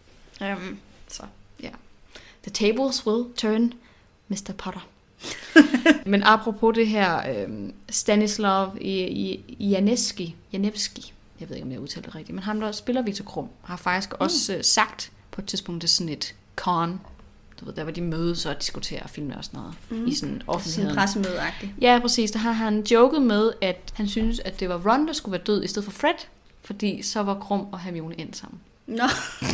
Så ja. The tables will turn, Mr. Potter. Men apropos det her Stanislav Janevski, jeg ved ikke, om jeg udtaler det rigtigt, men ham, der spiller Victor Krum, har faktisk også sagt på et tidspunkt, det er sådan et con, du ved, der hvor de mødes og diskuterer og filmer og sådan noget, i sådan offentligheden. Sådan pressemødeagtigt. Ja, præcis. Der har han joket med, at han synes, at det var Ron, der skulle være død, i stedet for Fred, fordi så var Krum og Hermione endt sammen. Nå.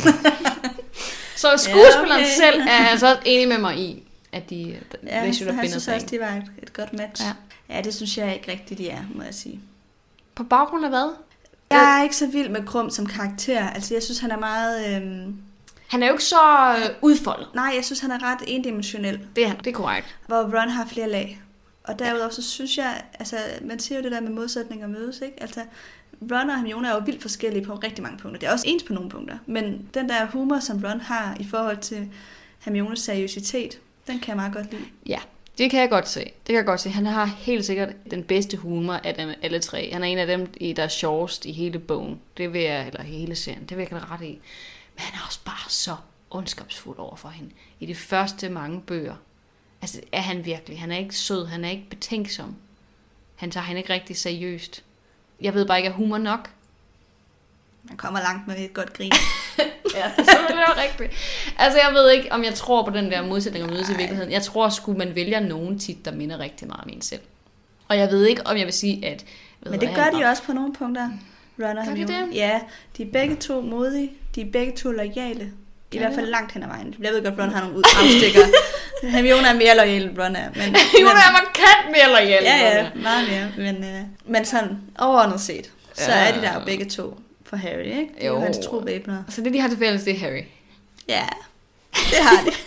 Så skuespilleren selv er altså enig med mig i, at de han synes også, de var et godt match. Ja, det synes jeg ikke rigtigt, de er, må jeg sige. På baggrund af hvad? Jeg er ikke så vild med Krum som karakter. Altså, jeg synes, han er meget... Han er jo ikke så udfoldet. Nej, jeg synes, han er ret endimensionel. Det er korrekt. Hvor Ron har flere lag. Og derudover så synes jeg, altså, man siger jo det der med modsætninger mødes, ikke? Altså, Ron og Hermione er jo vildt forskellige på rigtig mange punkter. Det er også ens på nogle punkter. Men den der humor, som Ron har i forhold til Hermiones seriøsitet, den kan jeg meget godt lide. Ja, det kan jeg godt se. Han har helt sikkert den bedste humor af dem alle tre. Han er en af dem, der er sjovest i hele bogen. Eller hele serien. Det vil jeg kalde ret i. Men han er også bare så ondskabsfuld over for hende. I de første mange bøger. Altså er han virkelig. Han er ikke sød. Han er ikke betænksom. Han tager hende ikke rigtig seriøst. Jeg ved bare ikke, er humor nok? Han kommer langt med et godt grin. Ja, det er selvfølgelig rigtigt. Altså jeg ved ikke, om jeg tror på den der modsætning og mødes i virkeligheden. Jeg tror sgu, man vælger nogen tit, der minder rigtig meget om en selv. Og jeg ved ikke, om jeg vil sige, at... Men det gør de også på nogle punkter. Ron og Hermione. Ja, de er begge to modige. De er begge to loyale. I hvert fald langt hen ad vejen. Jeg ved godt, Ron har nogle afstikker. Hermione er mere loyal, end Ron er. Hermione er markant mere loyal. Ja, meget mere. Men sådan overordnet set, så er de der jo begge to for Harry, ikke? Det er jo hans trovæbner. Så det, de har til fælles, det er Harry. Ja, det har de.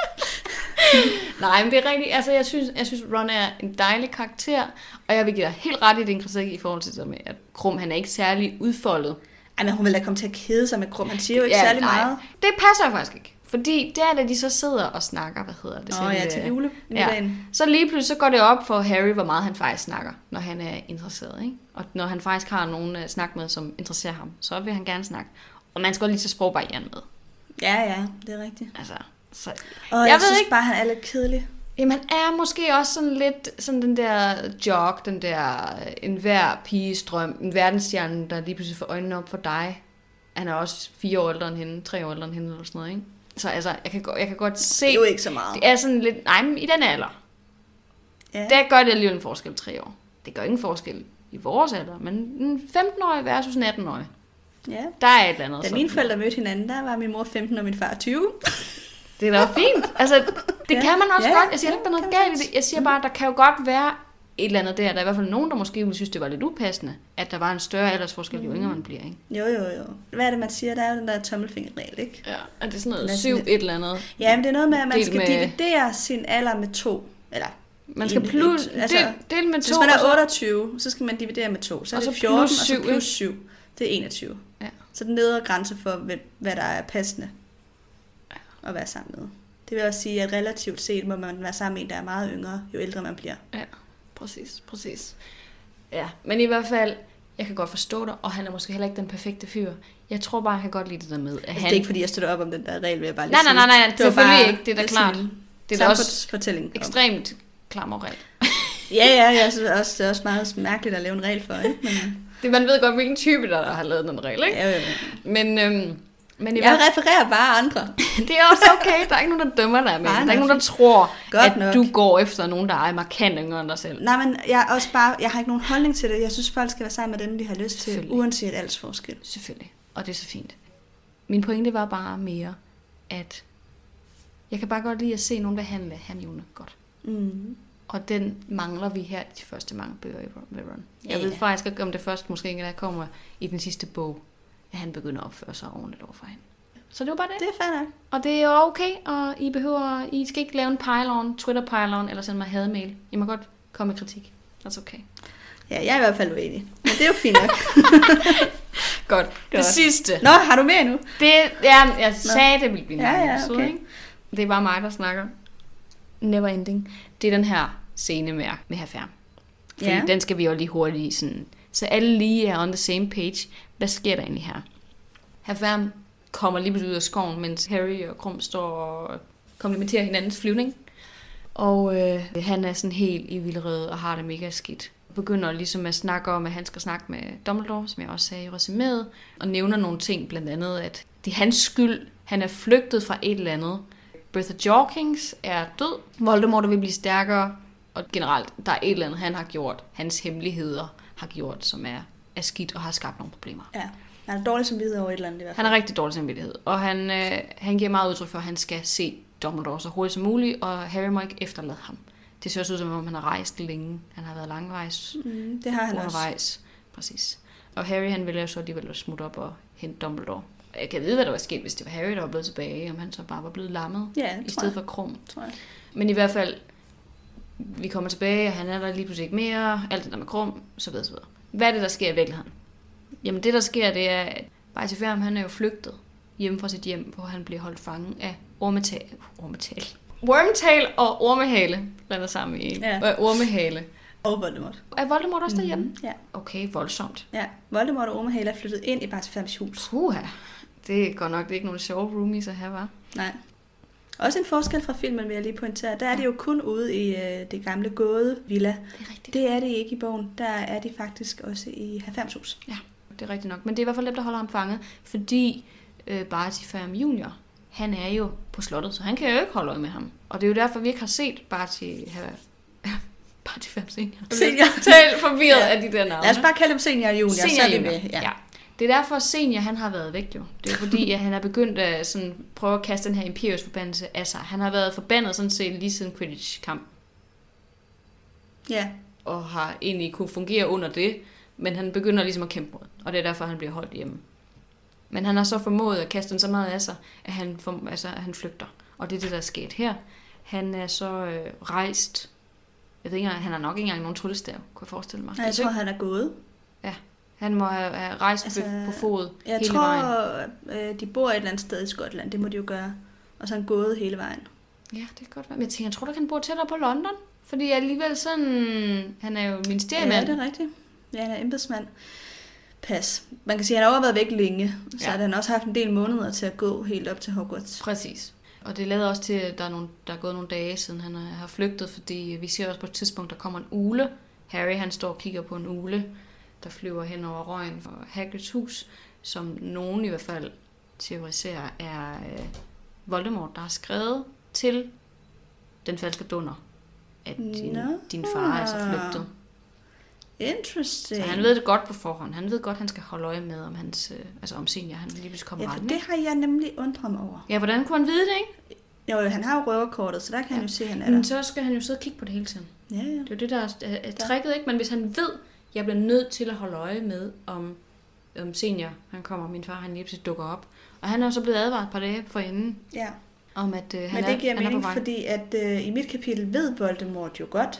Nej, men det er rigtigt. Altså, jeg synes, Ron er en dejlig karakter, og jeg vil give dig helt ret i din kritik i forhold til det med, at Krum, han er ikke særlig udfoldet. Ej, men hun vil da komme til at kede sig med Krum. Han siger jo ikke særlig meget. Det passer faktisk ikke. Fordi der, da de så sidder og snakker, hvad hedder det? Til julemiddagen. Så lige pludselig så går det op for Harry, hvor meget han faktisk snakker, når han er interesseret. Ikke? Og når han faktisk har nogen at snakke med, som interesserer ham, så vil han gerne snakke. Og man skal også lige tage sprogbarrieren med. Ja, det er rigtigt. Altså, så... jeg synes ikke bare, han er lidt kedelig. Jamen, han er måske også sådan lidt sådan den der jog, den der enhver piges drøm, en verdensstjerne, der lige pludselig får øjnene op for dig. Han er også 4 år ældre end hende, 3 år ældre end hende, eller sådan noget, ikke? Så altså, jeg kan godt se... Det er jo ikke så meget. Det er sådan lidt... Nej, men i den alder. Ja. Der gør det alligevel en forskel 3 år. Det gør ingen forskel i vores alder, men en 15-årig versus en 18-årig. Ja. Der er et eller andet. Da mine forældre mødte hinanden, der var min mor 15 og min far 20. Det er da fint. Altså, det kan man også godt. Jeg siger ikke, der er noget galt i det. Jeg siger bare, der kan jo godt være et eller andet der. Der er i hvert fald nogen, der måske ville synes, det var lidt upassende, at der var en større aldersforskel, jo yngre man bliver, ikke? Jo. Hvad er det, man siger? Der er jo den der tommelfingerregel, ikke? Ja, og det er sådan noget 7 et eller andet. Ja, men det er noget med, at man skal dividere sin alder med 2. Eller man skal plus, dele med 2. Hvis man er 28, så skal man dividere med 2. Så er det 14, og så plus 7. Det er 21. Ja. Så den nedre grænse for, hvad der er passende at være sammen med. Det vil også sige, at relativt set må man være sammen med en, der er meget yngre, jo ældre man bliver. Ja, præcis. Ja, men i hvert fald, jeg kan godt forstå dig, og han er måske heller ikke den perfekte fyr. Jeg tror bare, jeg kan godt lide det der med, at han... Det er ikke, fordi jeg støtter op om den der regel, vil jeg bare lige sige. Nej, selvfølgelig ikke, det er da klart. Det er da også fortælling ekstremt klammer regel. Ja, jeg synes også, det er også meget mærkeligt at lave en regel for, ikke? Men... Det, man ved godt, hvilken type, der har lavet den regel, ikke? Ja. Men jeg refererer bare andre. Det er også okay. Der er ikke nogen, der dømmer dig med. Der er ikke nogen, der tror, at du går efter nogen, der er markant yngre end dig selv. Nej, men jeg har ikke nogen holdning til det. Jeg synes, folk skal være sammen med dem, de har lyst til, uanset aldersforskel. Selvfølgelig. Og det er så fint. Min pointe var bare mere, at jeg kan bare godt lide at se nogen behandle Hermione godt. Mm. Og den mangler vi her de første mange bøger i Ron. Jeg ved faktisk ikke, om det først måske ikke, der kommer i den sidste bog, at han begynder at opføre sig ordentligt over for hende. Så det var bare det. Det er fair nok. Og det er okay, og I skal ikke lave en pile-on, Twitter-pile-on, eller sende mig hademail. I må godt komme med kritik. That's okay. Ja, jeg er i hvert fald uenig. Men det er jo fint nok. Godt. Det sidste. Nå, har du mere nu? Jeg sagde, det ville blive ja, okay. Ikke? Det er bare mig, der snakker. Never ending. Det er den her scene med Herfærm. Fordi den skal vi jo lige hurtigt sådan... Så alle lige er on the same page. Hvad sker der egentlig her? Herfærm kommer lige ud af skoven, mens Harry og Krum står og komplimenterer hinandens flyvning. Og han er sådan helt i vildrede og har det mega skidt. Begynder ligesom at snakke om, at han skal snakke med Dumbledore, som jeg også sagde i resuméet, og nævner nogle ting, blandt andet, at det er hans skyld. Han er flygtet fra et eller andet. Bertha Jorkins er død. Voldemort vil blive stærkere. Og generelt, der er et eller andet, han har gjort. Hans hemmeligheder har gjort, som er skidt og har skabt nogle problemer. Ja, han er dårlig samvittighed over et eller andet i hvert fald. Han er rigtig dårlig samvittighed. Og han giver meget udtryk for, at han skal se Dumbledore så hurtigt som muligt, og Harry må ikke efterlade ham. Det ser også ud som om, han har rejst længe. Han har været langvejs. Det har han undervejs. Også. Præcis. Og Harry, han ville jo så alligevel at smutte op og hente Dumbledore. Jeg kan vide, hvad der var sket, hvis det var Harry, der var blevet tilbage, om han så bare var blevet lammet, i stedet for Krum. Men i hvert fald, vi kommer tilbage, og han er der lige pludselig ikke mere, alt det der med Krum, så videre, så videre. Hvad er det, der sker i virkeligheden? Jamen det, der sker, det er, at Barty-Ferm, han er jo flygtet hjemme fra sit hjem, hvor han bliver holdt fange af Wormtail og Ormehale, blander sammen i Ormehale. Og Voldemort. Er Voldemort også derhjemme? Ja. Okay, voldsomt. Ja, Voldemort og Ormehale er flyttet ind i Barty-Ferms hus. Det er godt nok, det er ikke nogen sjove roomies at have, var. Nej. Også en forskel fra filmen, vil jeg lige pointere. Der er de jo kun ude i det gamle gåde villa. Det er rigtigt. Det er de ikke i bogen. Der er de faktisk også i Herfærms hus. Ja, det er rigtigt nok. Men det er i hvert fald dem, der holder ham fanget. Fordi Barty-Ferm Junior, han er jo på slottet, så han kan jo ikke holde øje med ham. Og det er jo derfor, vi ikke har set Barty-Ferm Senior. Totalt forvirret af de der navne. Lad os bare kalde dem Senior og Junior. Senior så er vi med. Ja. Det er derfor, Senior han har været væk jo. Det er fordi, at han er begyndt at sådan, prøve at kaste den her Imperius-forbandelse af sig. Han har været forbandet sådan set lige siden Quidditch-kamp. Ja. Og har egentlig kunne fungere under det, men han begynder ligesom at kæmpe mod. Og det er derfor, han bliver holdt hjemme. Men han har så formået at kaste den så meget af sig, at han flygter. Og det er det, der er sket her. Han er så rejst. Jeg ved ikke, han har nok ikke engang nogen tryllestav, kunne jeg forestille mig. Nej, jeg tror, han er gået. Ja, han må have rejst på fod hele vejen. Jeg tror, de bor et eller andet sted i Skotland. Det må de jo gøre. Og så er han gået hele vejen. Ja, det kan godt være. Men jeg tror, at han bor tættere på London. Fordi alligevel sådan... Han er jo ministeriemand. Ja, det er rigtigt. Ja, han er embedsmand. Pas. Man kan sige, at han har været væk længe. Så har han også haft en del måneder til at gå helt op til Hogwarts. Præcis. Og det lader også til, at der er gået nogle dage siden han har flygtet. Fordi vi ser også på et tidspunkt, der kommer en ugle. Harry, han står og kigger på en ugle, der flyver hen over røgen fra Hagrids hus, som nogen i hvert fald teoriserer er Voldemort, der har skrevet til den falske dunder, at din far er så flygtet. Interesting. Så han ved det godt på forhånd. Han ved godt, han skal holde øje med, om om Senior, han lige pludselig kommer retten. Ja, det har jeg nemlig undret mig over. Ja, hvordan kunne han vide det, ikke? Jo, han har jo røverkortet, så der kan han jo se, han er der. Men så skal han jo sidde og kigge på det hele tiden. Ja. Det er jo det, der er tricket, ikke? Men hvis han ved, jeg bliver nødt til at holde øje med, om Senior, han kommer, min far, han lige pludselig dukker op. Og han er så blevet advaret et par dage forinden. Ja. Om at men det giver mening, fordi at i mit kapitel ved Voldemort jo godt,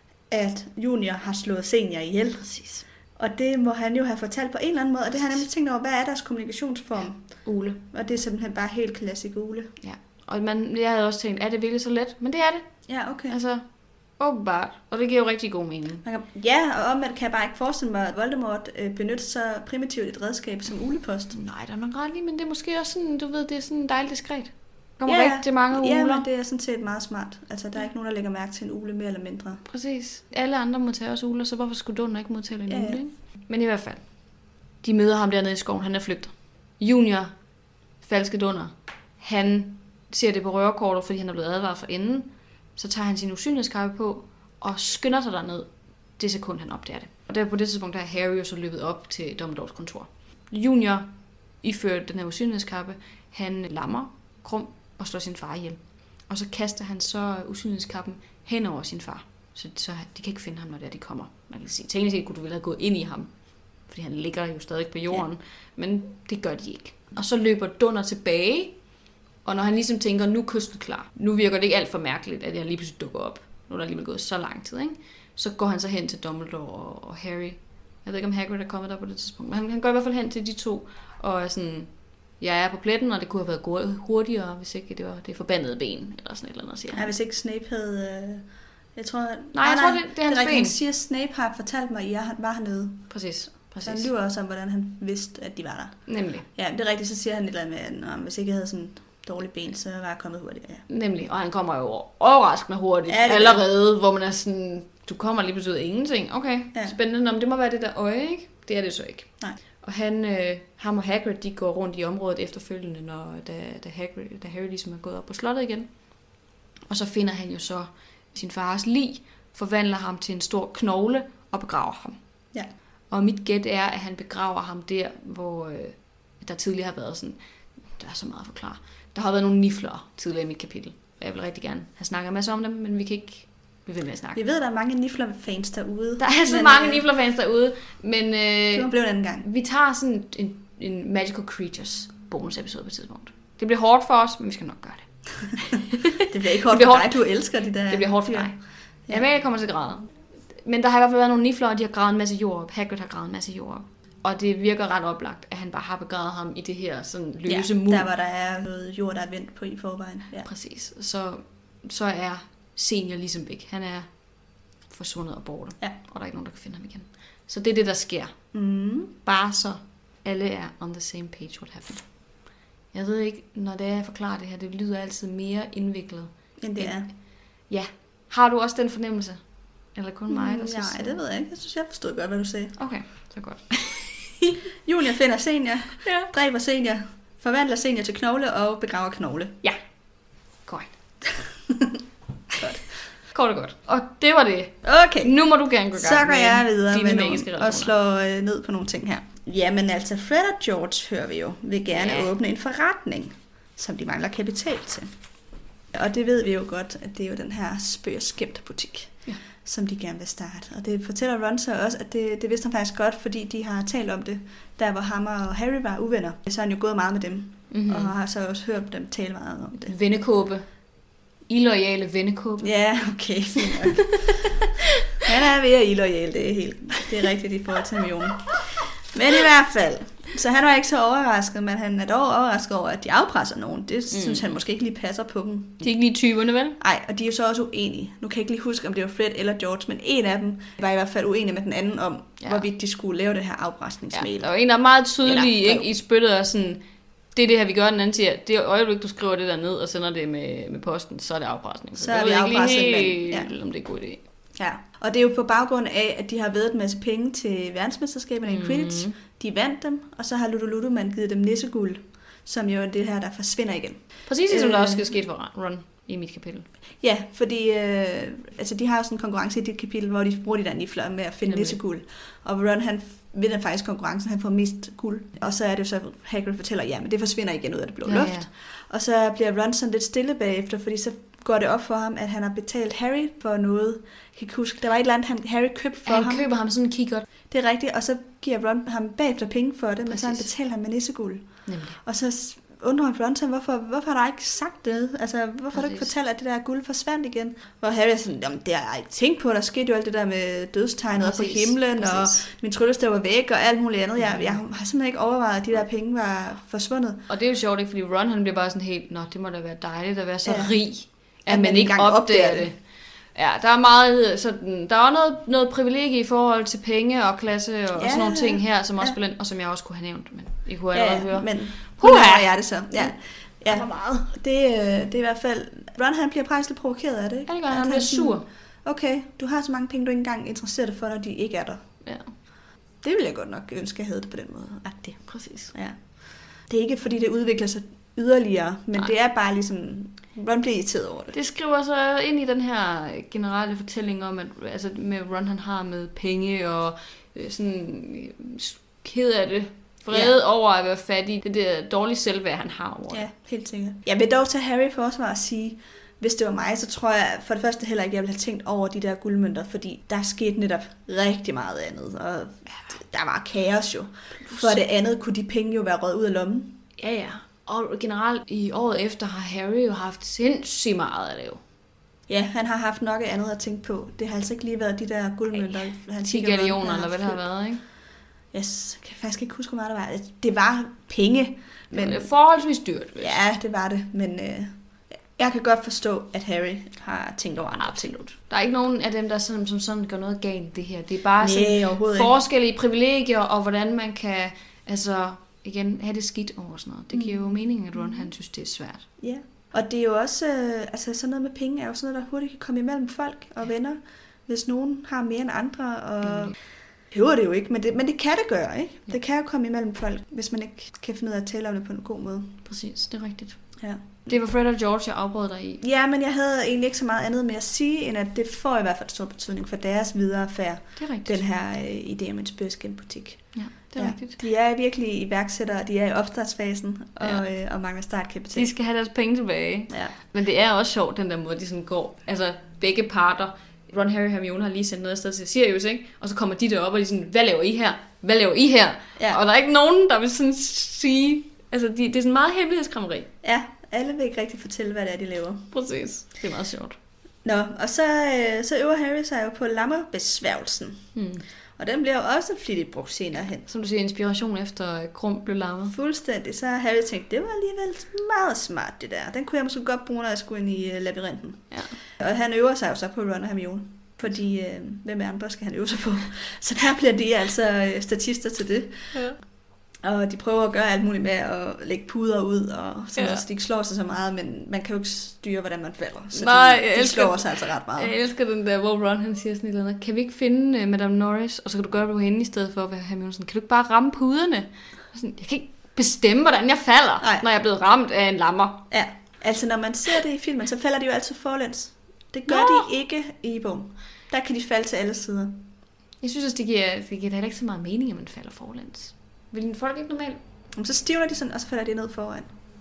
at Junior har slået Senior ihjel. Præcis. Og det må han jo have fortalt på en eller anden måde, og det har jeg nemlig tænkt over, hvad er deres kommunikationsform? Ja. Ule. Og det er simpelthen bare helt klassisk Ule. Ja, og jeg havde også tænkt, er det virkelig så let? Men det er det. Ja, okay. Altså, åbenbart. Og det giver jo rigtig god mening. Ja, og omvendt kan jeg bare ikke forestille mig, at Voldemort benytter så primitivt et redskab som ulepost. Nej, der er nok ret lige, men det er måske også sådan, du ved, det er sådan dejligt diskret. Der kommer rigtig mange uler. Ja, men det er sådan set meget smart. Altså, der er ikke nogen, der lægger mærke til en ule mere eller mindre. Præcis. Alle andre modtager også uler, så hvorfor skulle Dunder ikke modtage en ule, ikke? Men i hvert fald, de møder ham dernede i skoven, han er flygtet. Junior, falske Dunder, han ser det på røverkortet, fordi han er blevet advaret for enden. Så tager han sin usynlighedskappe på og skynder sig derned det sekund, han opdager det. Og der på det tidspunkt, der er Harry jo så løbet op til Dumbledores kontor. Junior ifører den her usynlighedskappe, han lammer Krum og slår sin far ihjel. Og så kaster han så usynlighedskappen hen over sin far. Så de kan ikke finde ham, når de kommer. Man kan sige, teknisk set kunne du vel have gået ind i ham, fordi han ligger jo stadig på jorden. Men det gør de ikke. Og så løber Dunder tilbage, og når han ligesom tænker, nu er kysten klar. Nu virker det ikke alt for mærkeligt, at jeg lige pludselig dukker op. Nu er der alligevel gået så lang tid, ikke? Så går han så hen til Dumbledore og Harry. Jeg ved ikke, om Hagrid er kommet der på det tidspunkt. Men han går i hvert fald hen til de to, og er sådan, jeg er på pletten, og det kunne have været gået hurtigere, hvis ikke det var det forbandede ben, eller sådan et eller andet, siger han. Ja, hvis ikke Snape havde... Jeg tror, det er hans ben. Han siger, Snape har fortalt mig, at jeg var hernede. Præcis. Så han lyver også om, hvordan han vidste, at de var der. Nemlig. Ja, det er rigtigt, så siger han et eller andet med, at hvis ikke jeg havde sådan dårlige ben, så var jeg kommet hurtigt. Ja. Nemlig, og han kommer jo overraskende hurtigt allerede, hvor man er sådan, du kommer lige pludselig ud af ingenting. Okay, spændende. Men det må være det der øje, ikke? Det er det så ikke. Nej. Og ham og Hagrid, de går rundt i området efterfølgende, da Harry ligesom er gået op på slottet igen. Og så finder han jo så sin fars lig, forvandler ham til en stor knogle og begraver ham. Ja. Og mit gæt er, at han begraver ham der, hvor der tidligere har været sådan, der er så meget at forklare. Der har været nogle nifler tidligere i mit kapitel. Jeg vil rigtig gerne have snakket en masse om dem, men vi kan ikke blive ved med at snakke. Vi ved, at der er mange nifler-fans derude. Der er så mange nifler-fans derude, men det må blive en anden gang. Vi tager sådan en Magical Creatures bonusepisode på et tidspunkt. Det bliver hårdt for os, men vi skal nok gøre det. Det bliver ikke hårdt for dig, du elsker de der. Det bliver hårdt for dig. Ja, men jeg kommer til at græde. Men der har i hvert fald været nogle nifler, og de har gravet en masse jord op. Hagrid har gravet en masse jord op. Og det virker ret oplagt, at han bare har begravet ham i det her sådan løse mur. Der hvor der er noget jord, der er vendt på i forvejen. Ja. Præcis. Så er Senior ligesom væk. Han er forsvundet og borte. Ja. Og der er ikke nogen, der kan finde ham igen. Så det er det, der sker. Bare så alle er on the same page, what happened. Jeg ved ikke, når det er, jeg forklarer det her, det lyder altid mere indviklet. End det er. Ja. Har du også den fornemmelse? Eller kun mig, der synes? Nej, det ved jeg ikke. Jeg synes, jeg forstod godt, hvad du sagde. Okay, så godt. Junior finder Senior, dræber Senior, forvandler Senior til knogle og begraver knogle. Ja, korrekt. Godt. Kort og godt. Og det var det. Okay. Nu må du gerne gå i gang. Så går jeg videre med nogle, og slår ned på nogle ting her. Jamen altså, Fred og George, hører vi jo, vil gerne åbne en forretning, som de mangler kapital til. Og det ved vi jo godt, at det er jo den her spøg og skæmt butik, som de gerne vil starte. Og det fortæller Ron så også, at det vidste han faktisk godt, fordi de har talt om det, der hvor ham og Harry var uvenner. Så har han jo gået meget med dem, og har så også hørt dem tale meget om det. Vennekåbe. Illoyale vennekåbe. Ja, okay. Han er ved at illoyal, det er rigtigt i forhold til Hermione. Men i hvert fald, så han var ikke så overrasket, men han er dog overrasket over, at de afpresser nogen. Det synes han måske ikke lige passer på dem. De er ikke lige typerne, vel? Nej, og de er jo så også uenige. Nu kan jeg ikke lige huske, om det var Fred eller George, men en af dem var i hvert fald uenig med den anden om, hvorvidt de skulle lave det her afpresningsmail. Ja, der var en, der er meget tydelig i spyttet og sådan, det er det her, vi gør. Den anden siger, det øjeblik, du skriver det der ned og sender det med posten, så er det afpresning. Så er det afpresning, om det er en god idé. Ja, og det er jo på baggrund af, at de har væddet en masse penge til verdensmesterskaberne i Quidditch. De vandt dem, og så har Ludo-Ludo-man givet dem nisseguld. som jo er det her, der forsvinder igen. Præcis som der også skal ske for Ron i mit kapitel. Ja, fordi de har jo sådan en konkurrence i dit kapitel, hvor de bruger de der nifler med at finde nisseguld. Og Ron, han vinder faktisk konkurrencen, han får mest guld. Og så er det jo så, Hagrid fortæller, ja, men det forsvinder igen ud af det blå luft. Ja. Og så bliver Ron sådan lidt stille bagefter, fordi så går det op for ham, at han har betalt Harry for noget. Jeg kan ikke huske, der var et eller andet, Harry købte for ham. Han køber ham sådan en kikkert. Det er rigtigt, og så giver Ron ham bagefter penge for det, men så han betaler ham med nisseguld. Nemlig. Og så undrer han Ron sig, hvorfor har du ikke sagt det? Altså, hvorfor har du ikke fortalt, at det der guld forsvandt igen? Hvor Harry er sådan, jamen, det har jeg ikke tænkt på. Der skete jo alt det der med dødstegnet på himlen, og min tryllestav var væk, og alt muligt andet. Jeg har simpelthen ikke overvejet, at de der penge var forsvundet. Og det er jo sjovt, ikke? Fordi Ron, han bliver bare sådan helt, det må da være dejligt at være så rig, at man ikke opdager det. Ja, der er meget sådan, der er noget privilegie i forhold til penge og klasse og sådan nogle ting her, som også og som jeg også kunne have nævnt, men I kunne allerede høre. Men hvor er det så? Ja. Meget. Det er i hvert fald, Ron han bliver faktisk lidt provokeret af det, ikke? Ja, det gør han bliver sur. Okay, du har så mange penge, du ikke engang interesserer dig for, når de ikke er der. Ja. Det ville jeg godt nok ønske, jeg havde det på den måde. Agtigt. Præcis. Ja. Det er ikke, fordi det udvikler sig yderligere, men det er bare ligesom, Ron bliver irriteret over det. Det skriver så ind i den her generelle fortælling om, at altså med Ron han har med penge og sådan ked af det, vrede over at være fattig, det der dårlige selvværd, han har over det. Ja, helt sikkert. Jeg vil dog til Harry forsvar at sige, hvis det var mig, så tror jeg for det første heller ikke, jeg ville have tænkt over de der guldmønter, fordi der skete netop rigtig meget andet, og der var kaos jo. For det andet kunne de penge jo være røget ud af lommen. Ja. Og generelt i året efter har Harry jo haft sindssygt meget at lave. Ja, han har haft nok andet at tænke på. Det har altså ikke lige været de der guldmønter. 10 gallioner, eller hvad det har været, ikke? Yes, jeg kan faktisk ikke huske, hvor meget det var. Det var penge. Men det var forholdsvis dyrt. Ja, det var det. Men jeg kan godt forstå, at Harry har tænkt over andre. Absolut. Der er ikke nogen af dem, der som sådan gør noget galt det her. Det er bare sådan forskellige privilegier, og hvordan man kan igen have det skidt over sådan noget. Det giver jo mening, at Ron han synes, det er svært. Ja, og det er jo også, sådan noget med penge er jo sådan noget, der hurtigt kan komme imellem folk og venner, hvis nogen har mere end andre, og hører det jo ikke, men det kan det gøre, ikke? Ja. Det kan jo komme imellem folk, hvis man ikke kan finde ud af at tale om det på en god måde. Præcis, det er rigtigt. Ja. Det var Fred og George, jeg afbrød dig i. Ja, men jeg havde egentlig ikke så meget andet med at sige, end at det får i hvert fald stor betydning for deres videre færd. Det er rigtigt. Den her idé om en spørgskinbutik. Ja, det er rigtigt. De er virkelig iværksættere, de er i opstartsfasen og mangler startkapital. De skal have deres penge tilbage. Ja. Men det er også sjovt, den der måde, de sådan går. Altså, begge parter. Ron, Harry og Hermione har lige sendt noget afsted til Sirius, ikke? Og så kommer de derop og de sådan, hvad laver I her? Hvad laver I her? Ja. Og der er ikke nogen, der vil sådan sige... Altså, det er sådan meget hemmelighedskræmmeri. Ja, alle vil ikke rigtig fortælle, hvad det er, de laver. Præcis. Det er meget sjovt. Nå, og så øver Harry sig jo på lammerbesværgelsen. Og den bliver jo også flittigt brugt senere hen. Som du siger, inspiration efter Krum blev lammet. Fuldstændig. Så har Harry tænkt, det var alligevel meget smart, det der. Den kunne jeg måske godt bruge, når jeg skulle ind i labyrinten. Ja. Og han øver sig jo så på Ron og Hermione. Fordi, hvem andre skal han øve sig på? Så der bliver de altså statister til det. Ja. Og de prøver at gøre alt muligt med at lægge puder ud, og sådan, så de ikke slår sig så meget, men man kan jo ikke styre, hvordan man falder. Så de slår sig altså ret meget. Jeg elsker den der, hvor Ron han siger sådan et eller andet, kan vi ikke finde Madame Norris, og så kan du gøre det på hende i stedet for at være Hermione sådan, kan du ikke bare ramme puderne? Sådan, jeg kan ikke bestemme, hvordan jeg falder, når jeg er blevet ramt af en lammer. Ja, altså når man ser det i filmen, så falder de jo altid forlæns. Det gør de ikke i bogen. Der kan de falde til alle sider. Jeg synes også, det giver heller ikke så meget mening, at man falder forlæns. Vil folk ikke normalt? Så stivner de sådan, og så falder de ned foran.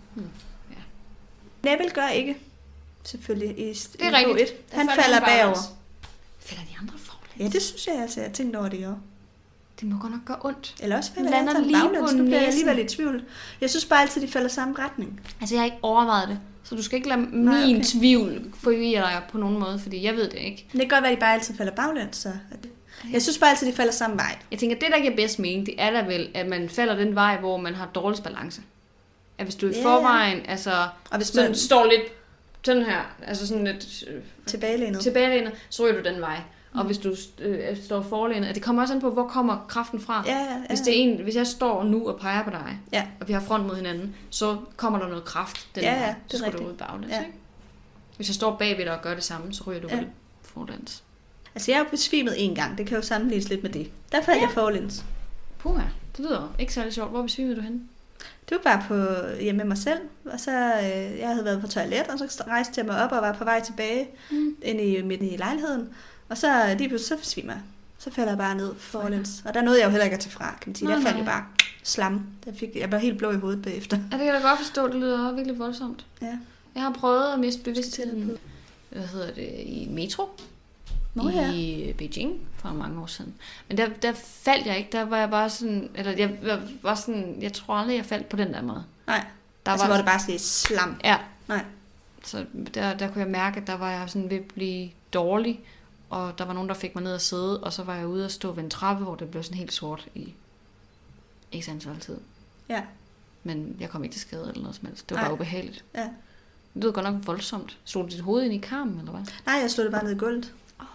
Ja. Neville gør ikke, selvfølgelig, i det er rigtigt. Han falder bagover. Falder de andre forlæns? Ja, det synes jeg altså, jeg tænkte over det jo. Det må godt nok gøre ondt. Eller også falder de lige baglæns. Nu bliver jeg alligevel i tvivl. Jeg synes bare altid, de falder samme retning. Altså, jeg har ikke overvejet det. Så du skal ikke lade min tvivl forvirre dig på nogen måde, fordi jeg ved det ikke. Det kan godt være, at de bare altid falder baglæns, så... Jeg synes bare altid, de falder samme vej. Jeg tænker, det der giver bedst mening, det er da vel, at man falder den vej, hvor man har dårligst balance. At hvis du i forvejen, altså, og hvis man står lidt sådan her, altså sådan lidt tilbagelænet, så ryger du den vej. Og hvis du står forlænet, det kommer også an på, hvor kommer kraften fra. Ja. Hvis jeg står nu og peger på dig, og vi har front mod hinanden, så kommer der noget kraft den vej, så skal du ud baglæns. Ja. Hvis jeg står bagved dig og gør det samme, så ryger du vel forlæns. Altså, jeg er jo besvimet en gang. Det kan jo sammenlignes lidt med det. Der faldt jeg forlæns. Puha, det lyder ikke særlig sjovt. Hvor besvimede du henne? Det var bare hjemme med mig selv, og så jeg havde været på toilet, og så rejste jeg mig op og var på vej tilbage midt i lejligheden. Og så lige pludselig så forsvimer jeg. Så falder jeg bare ned forlæns. Og der nåede jeg jo heller ikke at tage fra, kan man sige. Der faldt jo bare slam. Jeg var helt blå i hovedet bagefter. Ja, det kan jeg da godt forstå. Det lyder virkelig voldsomt. Ja. Jeg har prøvet at miste bevidstheden i metro. I Beijing for mange år siden. Men der faldt jeg ikke. Der var jeg bare sådan... Eller jeg var sådan... Jeg tror aldrig, jeg faldt på den der måde. Nej. Var det bare sådan slam? Ja. Nej. Så der kunne jeg mærke, at der var jeg sådan ved at blive dårlig. Og der var nogen, der fik mig ned at sidde. Og så var jeg ude og stå ved en trappe, hvor det blev sådan helt sort i ikke så tid. Ja. Men jeg kom ikke til skade eller noget som helst. Det var bare ubehageligt. Ja. Det lyder godt nok voldsomt. Slog du dit hoved ind i karmen, eller hvad? Nej, jeg slog det bare ned i gulvet.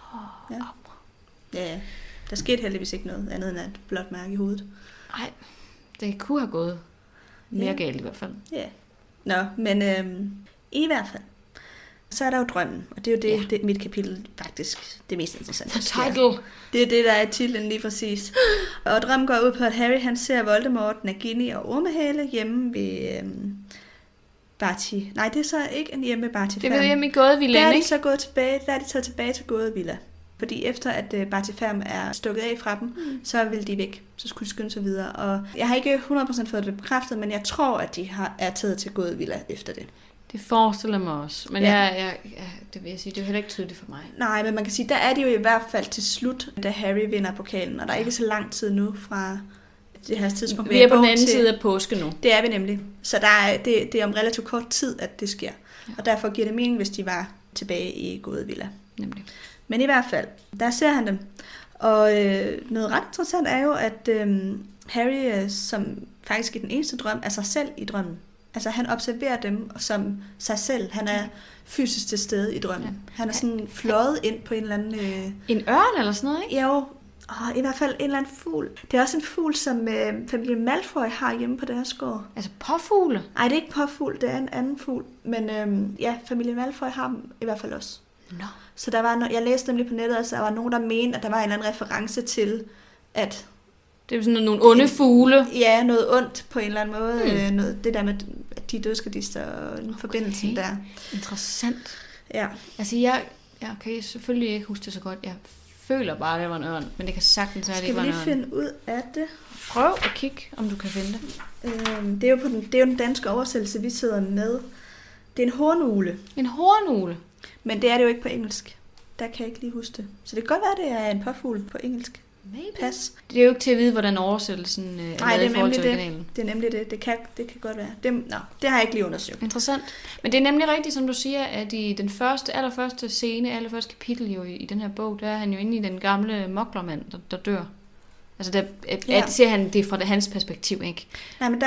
Ja. Der skete heldigvis ikke noget andet end et blåt mærke i hovedet. Nej, det kunne have gået mere galt i hvert fald. Ja. Nå, men i hvert fald, så er der jo drømmen. Og det er jo det mit kapitel faktisk det mest interessante. The title. Det er det, der er titlen lige præcis. Og drømmen går ud på, at Harry han ser Voldemort, Nagini og Ormehale hjemme ved... Barty. Nej, det er så ikke en hjemme med Barty. Det er hjemme i Gådevilla, ikke? Der er de taget tilbage til Gådevilla. Fordi efter at Barty Ferm er stukket af fra dem, så vil de væk. Så skulle de skynde sig videre. Og jeg har ikke 100% fået det bekræftet, men jeg tror, at de er taget til Gådevilla efter det. Det forestiller mig også. Men det vil jeg sige, det er jo heller ikke tydeligt for mig. Nej, men man kan sige, der er det jo i hvert fald til slut, da Harry vinder pokalen. Og der er ikke så lang tid nu fra... Det her tidspunkt. Vi er på den anden side af påske nu. Det er vi nemlig. Så det er om relativt kort tid, at det sker. Ja. Og derfor giver det mening, hvis de var tilbage i Gådevilla. Nemlig. Men i hvert fald, der ser han dem. Og noget ret interessant er jo, at Harry, som faktisk i den eneste drøm, er sig selv i drømmen. Altså han observerer dem som sig selv. Han er fysisk til stede i drømmen. Ja. Han er sådan fløjet ind på en eller anden... En ørn eller sådan noget, ikke? Jo. I hvert fald en eller anden fugl. Det er også en fugl, som familien Malfoy har hjemme på deres gård. Altså påfugle? Nej, det er ikke påfugl, det er en anden fugl. Men familien Malfoy har dem i hvert fald også. No. Så der var jeg læste nemlig på nettet, at der var nogen, der mente, at der var en eller anden reference til, at... Det er sådan nogle onde fugle. Ja, noget ondt på en eller anden måde. Noget, det der med de dødsgardister og forbindelsen der. Interessant. Ja. Altså jeg kan selvfølgelig ikke huske det så godt. Jeg føler bare, at det var en ørn, men det kan sagtens være, at det ikke var en ørn. Skal vi lige finde ud af det? Prøv at kigge, om du kan finde det. Det er jo den danske oversættelse, vi sidder med. Det er en hornugle. En hornugle? Men det er det jo ikke på engelsk. Der kan jeg ikke lige huske det. Så det kan godt være, det er en påfugl på engelsk. Maybe. Pas. Det er jo ikke til at vide, hvordan oversættelsen er lavet i forhold til originalen. Det er nemlig det. Det kan godt være. Det har jeg ikke lige undersøgt. Interessant. Men det er nemlig rigtigt, som du siger, at i den allerførste scene, allerførste kapitel jo i den her bog, der er han jo inde i den gamle moklermand, der dør. Altså der ser han det fra hans perspektiv, ikke? Nej, men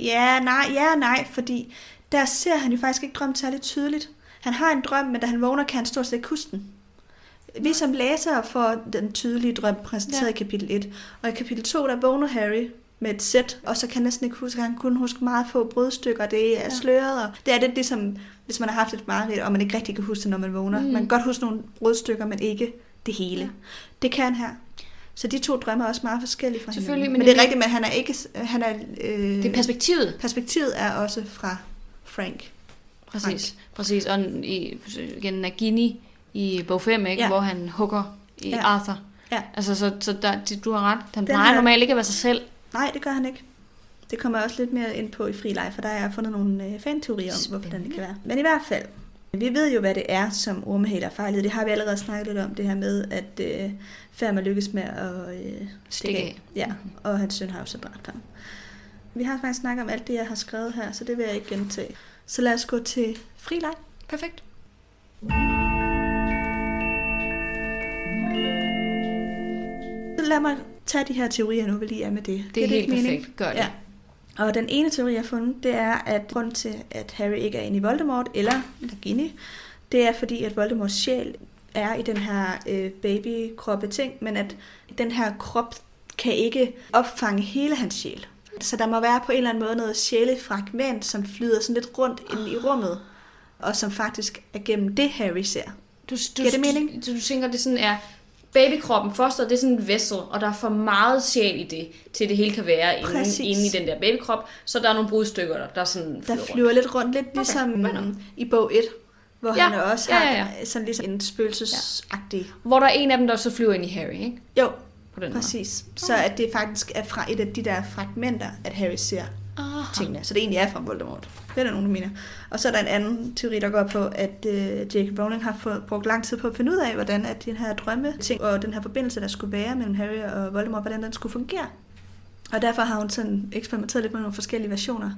nej, fordi der ser han jo faktisk ikke drømt særligt tydeligt. Han har en drøm, men da han vågner, kan han stort set ikke huske den. Vi som læsere får den tydelige drøm præsenteret i kapitel 1. Og i kapitel 2, der vågner Harry med et sæt, og så kan han næsten ikke huske, han kunne huske meget få brødstykker, det er sløret, og det er det ligesom, hvis man har haft et mareridt, og man ikke rigtig kan huske det, når man vågner. Man kan godt huske nogle brødstykker, men ikke det hele. Ja. Det kan han her. Så de to drømme er også meget forskellige fra hinanden. Men det er rigtigt, men han er ikke... det er perspektivet. Perspektivet er også fra Frank. Præcis. Og igen Nagini i bog 5, ikke? Ja. Hvor han hugger i Arthur. Ja. Altså, så du har ret. Han plejer normalt ikke at være sig selv. Nej, det gør han ikke. Det kommer jeg også lidt mere ind på i Fri Leg, for der har jeg fundet nogle fan-teorier om, hvordan det kan være. Men i hvert fald, vi ved jo, hvad det er, som Ormehale er fejlet. Det har vi allerede snakket lidt om, det her med, at Ferm lykkes med at stikke af. Ja, og hans søn har jo så brændt ham. Vi har faktisk snakket om alt det, jeg har skrevet her, så det vil jeg ikke gentage. Så lad os gå til Fri Leg. Perfekt. Lad mig tage de her teorier nu, vi lige er med det. Det er helt perfekt. Gør det. Ja. Og den ene teori, jeg har fundet, det er, at grunden til, at Harry ikke er inde i Voldemort, eller Nagini, det er fordi, at Voldemorts sjæl er i den her babykroppe ting, men at den her krop kan ikke opfange hele hans sjæl. Så der må være på en eller anden måde noget sjælefragment, som flyder sådan lidt rundt inde i rummet, og som faktisk er gennem det, Harry ser. Giver det mening? Du tænker, det sådan er babykroppen, fosteret, det er sådan en vessel, og der er for meget sjæl i det, til det hele kan være inde i den der babykrop, så der er nogle brudstykker, der sådan flyver lidt rundt, lidt ligesom i bog 1, hvor han også har sådan ligesom en spøgelsesagtig. Hvor der er en af dem, der så flyver ind i Harry, ikke? Jo, præcis. Så at det faktisk er fra et af de der fragmenter, at Harry ser tingene. Så det egentlig er fra Voldemort. Det er der nogen, der mener. Og så er der en anden teori, der går på, at J.K. Rowling har brugt lang tid på at finde ud af, hvordan at den her drømme-ting og den her forbindelse, der skulle være mellem Harry og Voldemort, hvordan den skulle fungere. Og derfor har hun sådan eksperimenteret lidt med nogle forskellige versioner.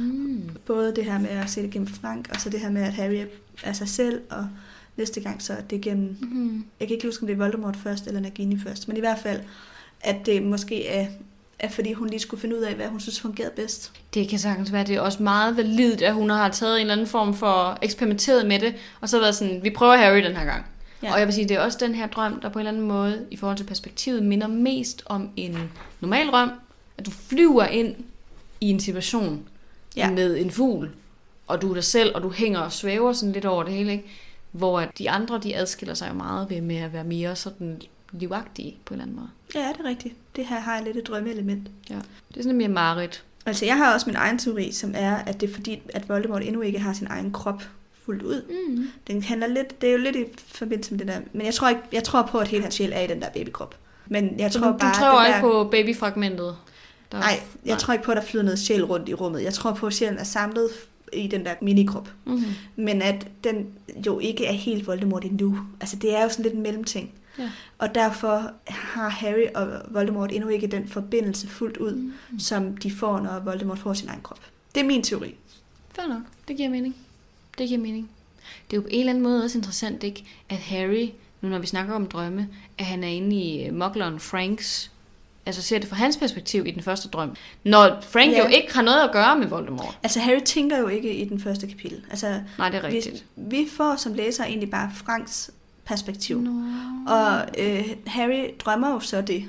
Både det her med at se det gennem Frank, og så det her med, at Harry er sig selv, og næste gang så det gennem... Jeg kan ikke huske, om det er Voldemort først, eller Nagini først, men i hvert fald, at det måske er fordi hun lige skulle finde ud af, hvad hun synes fungerede bedst. Det kan sagtens være. Det er også meget validt, at hun har taget en eller anden form for eksperimenteret med det, og så været sådan, vi prøver Harry den her gang. Ja. Og jeg vil sige, det er også den her drøm, der på en eller anden måde, i forhold til perspektivet, minder mest om en normal drøm, at du flyver ind i en situation med en fugl, og du er dig selv, og du hænger og svæver sådan lidt over det hele, ikke? Hvor de andre, de adskiller sig jo meget ved med at være mere sådan livagtige på en eller anden måde. Ja, det er rigtigt. Det her har lidt et drømmeelement. Ja, det er sådan mere mareridt. Altså, jeg har også min egen teori, som er, at det er fordi, at Voldemort endnu ikke har sin egen krop fuldt ud. Den handler lidt, det er jo lidt i forbindelse med det der, men jeg tror på, at hele hans sjæl er i den der babykrop. Men jeg tror bare, du tror ikke på babyfragmentet? Nej, jeg tror ikke på, at der flyder noget sjæl rundt i rummet. Jeg tror på, at sjælen er samlet i den der minikrop. Men at den jo ikke er helt Voldemort endnu. Altså, det er jo sådan lidt en mellemting. Ja. Og derfor har Harry og Voldemort endnu ikke den forbindelse fuldt ud, som de får, når Voldemort får sin egen krop. Det er min teori. Fair nok. Det giver mening. Det er jo på en eller anden måde også interessant, ikke, at Harry, nu når vi snakker om drømme, at han er inde i mugleren Franks, altså ser det fra hans perspektiv i den første drøm. Når Frank jo ikke har noget at gøre med Voldemort. Altså Harry tænker jo ikke i den første kapitel. Altså, nej, det er rigtigt. Vi får som læser egentlig bare Franks perspektiv. Og Harry drømmer jo så det.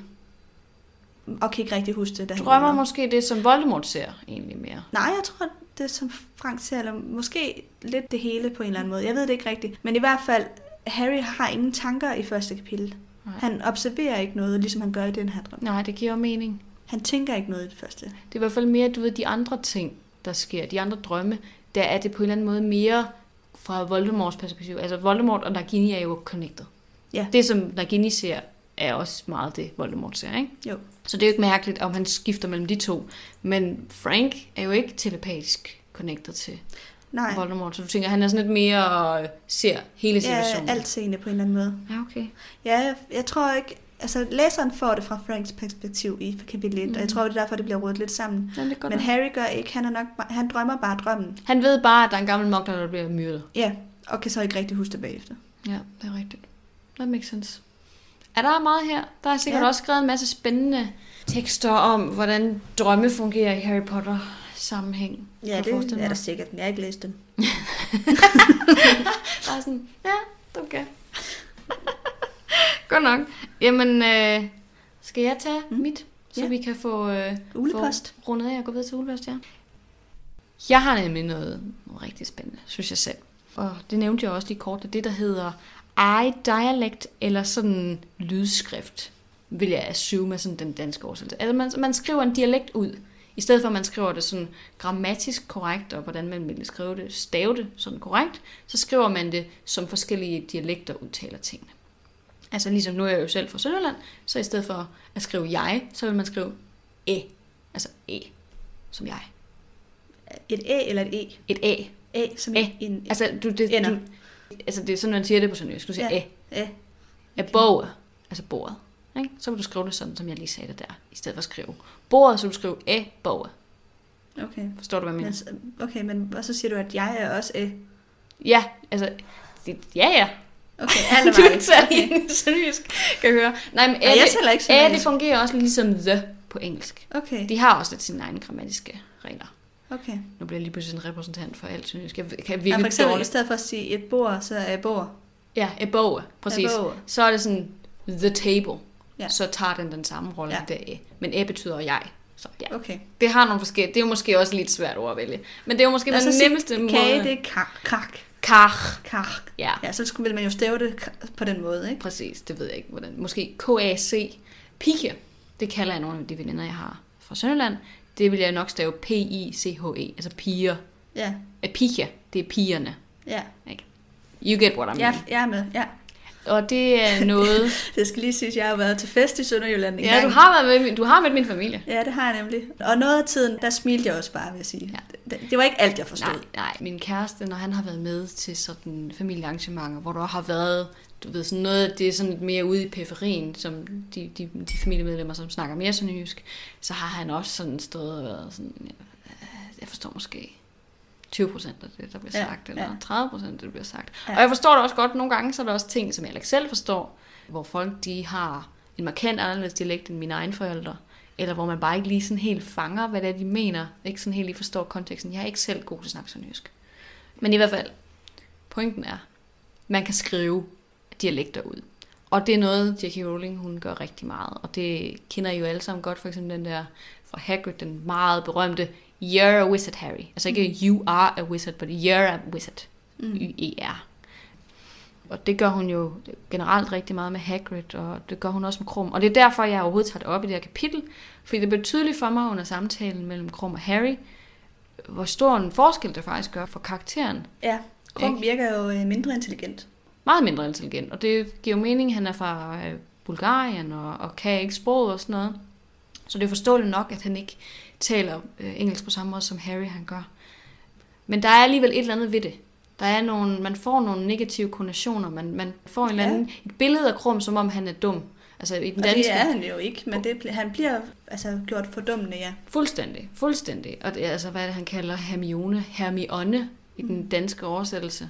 Og kan ikke rigtig huske det. Drømmer måske det, som Voldemort ser egentlig mere? Nej, jeg tror det, som Frank ser, eller måske lidt det hele på en eller anden måde. Jeg ved det ikke rigtigt. Men i hvert fald, Harry har ingen tanker i første kapitel. Nej. Han observerer ikke noget, ligesom han gør i den her drøm. Nej, det giver mening. Han tænker ikke noget i det første. Det er i hvert fald mere, du ved, de andre ting, der sker, de andre drømme, der er det på en eller anden måde mere fra Voldemorts perspektiv. Altså Voldemort og Nagini er jo connected. Ja. Det, som Nagini ser, er også meget det, Voldemort ser, ikke? Jo. Så det er jo ikke mærkeligt, om han skifter mellem de to. Men Frank er jo ikke telepatisk connected til Voldemort. Så du tænker, han er sådan lidt mere ser hele situationen. Ja, alt seende på en eller anden måde. Ja, okay. Ja, jeg tror ikke... Altså, læseren får det fra Franks perspektiv i kapitel 1, og jeg tror, det er derfor, det bliver rodet lidt sammen. Ja, men Harry gør ikke. Han drømmer bare drømmen. Han ved bare, at der er en gammel mugler, der bliver myrdet. Ja, og kan så ikke rigtig huske det bagefter. Ja, det er rigtigt. That makes sense. Er der meget her? Der er sikkert også skrevet en masse spændende tekster om, hvordan drømme fungerer i Harry Potter-sammenhæng. Ja, det er der sikkert. Jeg har ikke læst dem. Bare sådan, ja, okay. Godt nok. Jamen, skal jeg tage mit, så vi kan få rundet af og gå videre til ulepost, ja. Jeg har nemlig noget rigtig spændende, synes jeg selv. Og det nævnte jeg også lige kort, det der hedder dialekt eller sådan lydskrift, vil jeg assume er sådan den danske oversættelse. Altså man skriver en dialekt ud, i stedet for at man skriver det sådan grammatisk korrekt, og hvordan man vil skrive det, stave det sådan korrekt, så skriver man det som forskellige dialekter udtaler tingene. Altså ligesom nu er jeg jo selv fra Sønderjylland, så i stedet for at skrive jeg, så vil man skrive æ. Altså æ, som jeg. Et æ eller et e? Et æ. Æ, som en altså, altså det er sådan, man siger det på sønderjysk. Du siger æ. Æ bordet. Altså bordet. Ikke? Så vil du skrive det sådan, som jeg lige sagde det der, i stedet for at skrive bordet, så vil du skrive æ bordet. Okay. Forstår du, hvad jeg mener? Okay, men så siger du, at jeg er også æ? Ja, altså, ja. Okay, alle du er ikke særlig sønderjysk, kan jeg høre. Nej, men æ, det fungerer også ligesom the på engelsk. Okay. De har også lidt sine egne grammatiske regler. Okay. Nu bliver jeg lige pludselig en repræsentant for alt sønderjysk. Jeg kan virkelig for eksempel, i stedet for at sige et bord, så er et bord. Ja, et bord, præcis. Så er det sådan the table. Ja. Så tager den samme rolle der æ. Men æ betyder jeg. Så ja, Okay. det har nogle forskellige. Det er jo måske også lidt svært ord at vælge. Men det er jo måske den nemmeste måde. Kage, det er krak. Kach. Ja. Ja, så skulle man jo stave det på den måde, ikke? Præcis, det ved jeg ikke hvordan. Måske KAC. Pike. Det kalder jeg nogle af de veninder, jeg har fra Sønderland. Det vil jeg nok stave PICHE, altså piger. Ja. Pike, det er pigerne. Ja. Ikke? You get what I mean. Ja, jeg er med, ja. Og det er noget... Det skal lige siges, jeg har været til fest i Sønderjylland en Ja, gang. du har mødt min familie. Ja, det har jeg nemlig. Og noget af tiden, der smilte jeg også bare, vil jeg sige. Ja. Det var ikke alt, jeg forstod. Nej, min kæreste, når han har været med til sådan familiearrangementer, hvor der har været, du ved, sådan noget, det er sådan lidt mere ude i periferien, som de familiemedlemmer, som snakker mere sønderjysk, så har han også sådan stået og været sådan, jeg forstår måske 20% af det, der bliver sagt, eller 30% af det, der bliver sagt. Ja. Og jeg forstår det også godt, nogle gange, så er der også ting, som jeg ikke selv forstår, hvor folk, de har en markant anderledes dialekt end mine egne forældre, eller hvor man bare ikke lige sådan helt fanger, hvad det er, de mener, ikke sådan helt lige forstår konteksten. Jeg er ikke selv god til at snakke sønderjysk. Men i hvert fald, pointen er, man kan skrive dialekter ud. Og det er noget, J.K. Rowling, hun gør rigtig meget. Og det kender I jo alle sammen godt, for eksempel den der fra Hagrid, den meget berømte You're a wizard, Harry. Altså ikke you are a wizard, but you're a wizard. Y-E-R. Og det gør hun jo generelt rigtig meget med Hagrid, og det gør hun også med Krum. Og det er derfor, jeg overhovedet tager det op i det her kapitel, fordi det blev tydeligt for mig under samtalen mellem Krum og Harry, hvor stor en forskel det faktisk gør for karakteren. Ja, Krum virker jo mindre intelligent. Meget mindre intelligent, og det giver jo mening, han er fra Bulgarien og kan ikke sproget og sådan noget. Så det er forståeligt nok, at han ikke taler engelsk på samme måde, som Harry han gør. Men der er alligevel et eller andet ved det. Der er man får nogle negative konnotationer. Man får en eller anden, et billede af Krum, som om han er dum. Altså, i den danske... det er han jo ikke, men han bliver gjort fordummende, ja. Fuldstændig. Og det er altså, hvad er det, han kalder Hermione i den danske oversættelse.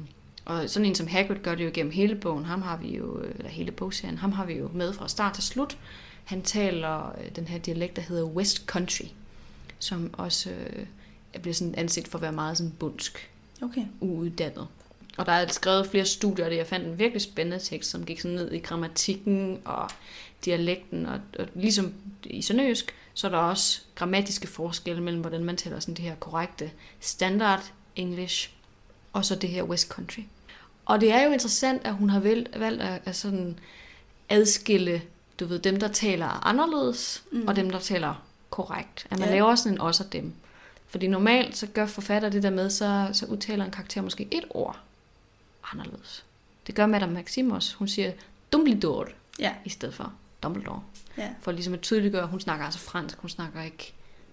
Og sådan en som Hagrid gør det jo gennem hele bogen. Ham har vi jo, eller hele bogserien, ham har vi jo med fra start til slut. Han taler den her dialekt, der hedder West Country, som også bliver sådan anset for at være meget sådan bundsk, uuddannet. Og der er skrevet flere studier, og jeg fandt en virkelig spændende tekst, som gik sådan ned i grammatikken og dialekten. Og ligesom i sønderjysk, så er der også grammatiske forskelle mellem, hvordan man taler sådan det her korrekte standard English, og så det her West Country. Og det er jo interessant, at hun har valgt at sådan adskille, du ved, dem, der taler anderledes, og dem, der taler korrekt. At man laver sådan en os og dem. Fordi normalt, så gør forfatter det der med, så udtaler en karakter måske et ord anderledes. Det gør Madame Maxim også. Hun siger Dumbledore i stedet for Dumbledore. Ja. For ligesom at tydeliggøre, at hun snakker altså fransk, hun snakker ikke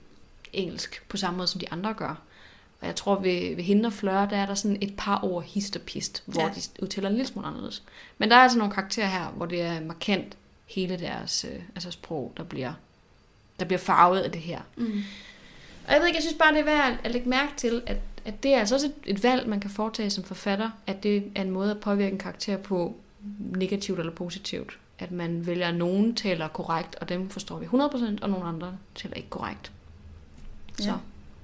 engelsk på samme måde, som de andre gør. Og jeg tror, ved hende og Fleur, der er der sådan et par ord hist og pist, hvor de udtaler en lille smule anderledes. Men der er altså nogle karakterer her, hvor det er markant hele deres sprog, der bliver farvet af det her. Og jeg ved ikke, jeg synes bare, det er værd at lægge mærke til, at det er altså også et valg, man kan foretage som forfatter, at det er en måde at påvirke en karakter på negativt eller positivt. At man vælger, at nogen taler korrekt, og dem forstår vi 100%, og nogle andre taler ikke korrekt. Så.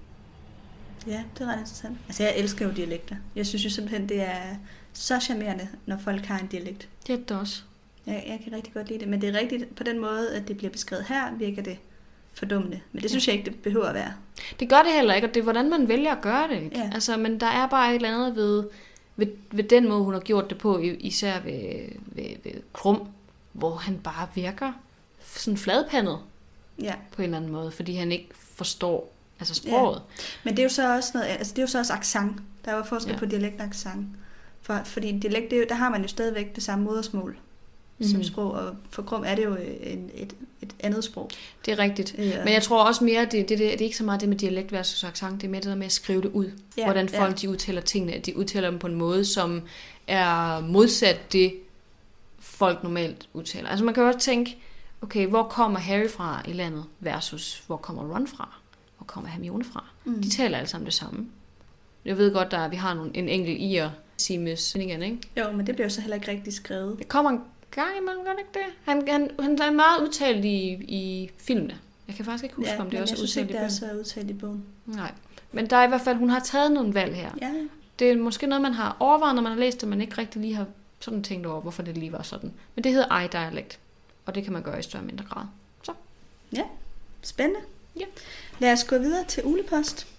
Ja, det er ret interessant. Altså, jeg elsker jo dialekter. Jeg synes jo simpelthen, det er så charmerende, når folk har en dialekt. Det er det også. Jeg kan rigtig godt lide det, men det er rigtigt på den måde, at det bliver beskrevet her, virker det fordummende. Men det synes jeg ikke, det behøver at være. Det gør det heller ikke, og det er, hvordan man vælger at gøre det. Ikke? Ja. Altså, men der er bare et eller andet ved den måde, hun har gjort det på, især ved Krum, hvor han bare virker sådan fladpandet på en eller anden måde, fordi han ikke forstår sproget. Ja. Men det er jo så også noget, det er jo så også accent. Der er jo forskel på dialekt og accent. Fordi dialekt, der har man jo stadigvæk det samme modersmål som sprog, og for Krum er det jo et andet sprog. Det er rigtigt. Ja. Men jeg tror også mere, det er ikke så meget det med dialekt versus accent, det er mere det der med at skrive det ud. Ja. Hvordan folk de udtaler tingene, at de udtaler dem på en måde, som er modsat det, folk normalt udtaler. Altså man kan jo også tænke, okay, hvor kommer Harry fra i landet versus hvor kommer Ron fra? Hvor kommer Hermione fra? De taler alle sammen det samme. Jeg ved godt, at vi har en enkelt ier, Seamus Finnegan, ikke? Jo, men det bliver jo så heller ikke rigtig skrevet. Det kommer en gang imellem, gør det ikke det? Han er meget udtalt i filmene. Jeg kan faktisk ikke huske, om det også er udtalt i bogen. Jeg synes ikke, det er så udtalt i bogen. Nej, men der er i hvert fald, hun har taget nogle valg her. Ja. Det er måske noget, man har overvejet, når man har læst det, man ikke rigtig lige har sådan tænkt over, hvorfor det lige var sådan. Men det hedder ej-dialekt, og det kan man gøre i større og mindre grad. Så. Ja, spændende. Ja. Lad os gå videre til ulepost.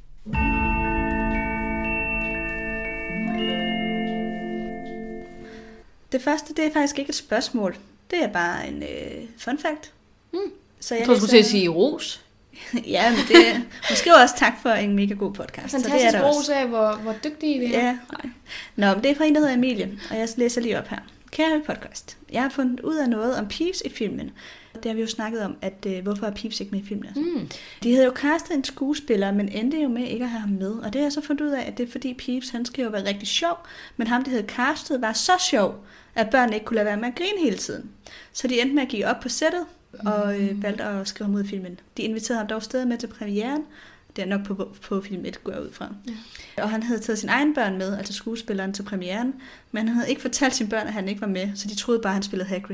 Det første, det er faktisk ikke et spørgsmål. Det er bare en fun fact. Så jeg tror, du skulle til at sige ros. Ja, men det måske også tak for en mega god podcast. Fantastisk ros af, hvor dygtige vi er. Ja. Nå, men det er fra en, der hedder Emilie, og jeg læser lige op her. Kære podcast, jeg har fundet ud af noget om Peeves i filmen. Det har vi jo snakket om, at hvorfor er Peeves ikke med i filmen? Altså. De havde jo castet en skuespiller, men endte jo med ikke at have ham med. Og det har jeg så fundet ud af, at det er fordi Peeves, han skal jo være rigtig sjov, men ham, de havde castet, var så sjov, at børnene ikke kunne lade være med at grine hele tiden. Så de endte med at give op på sættet, og valgte at skrive ham ud i filmen. De inviterede ham dog stadig med til premieren. Det er nok på film 1, går jeg ud fra. Ja. Og han havde taget sine egne børn med, altså skuespilleren, til premieren. Men han havde ikke fortalt sine børn, at han ikke var med, så de troede bare, at han spillede Hagrid.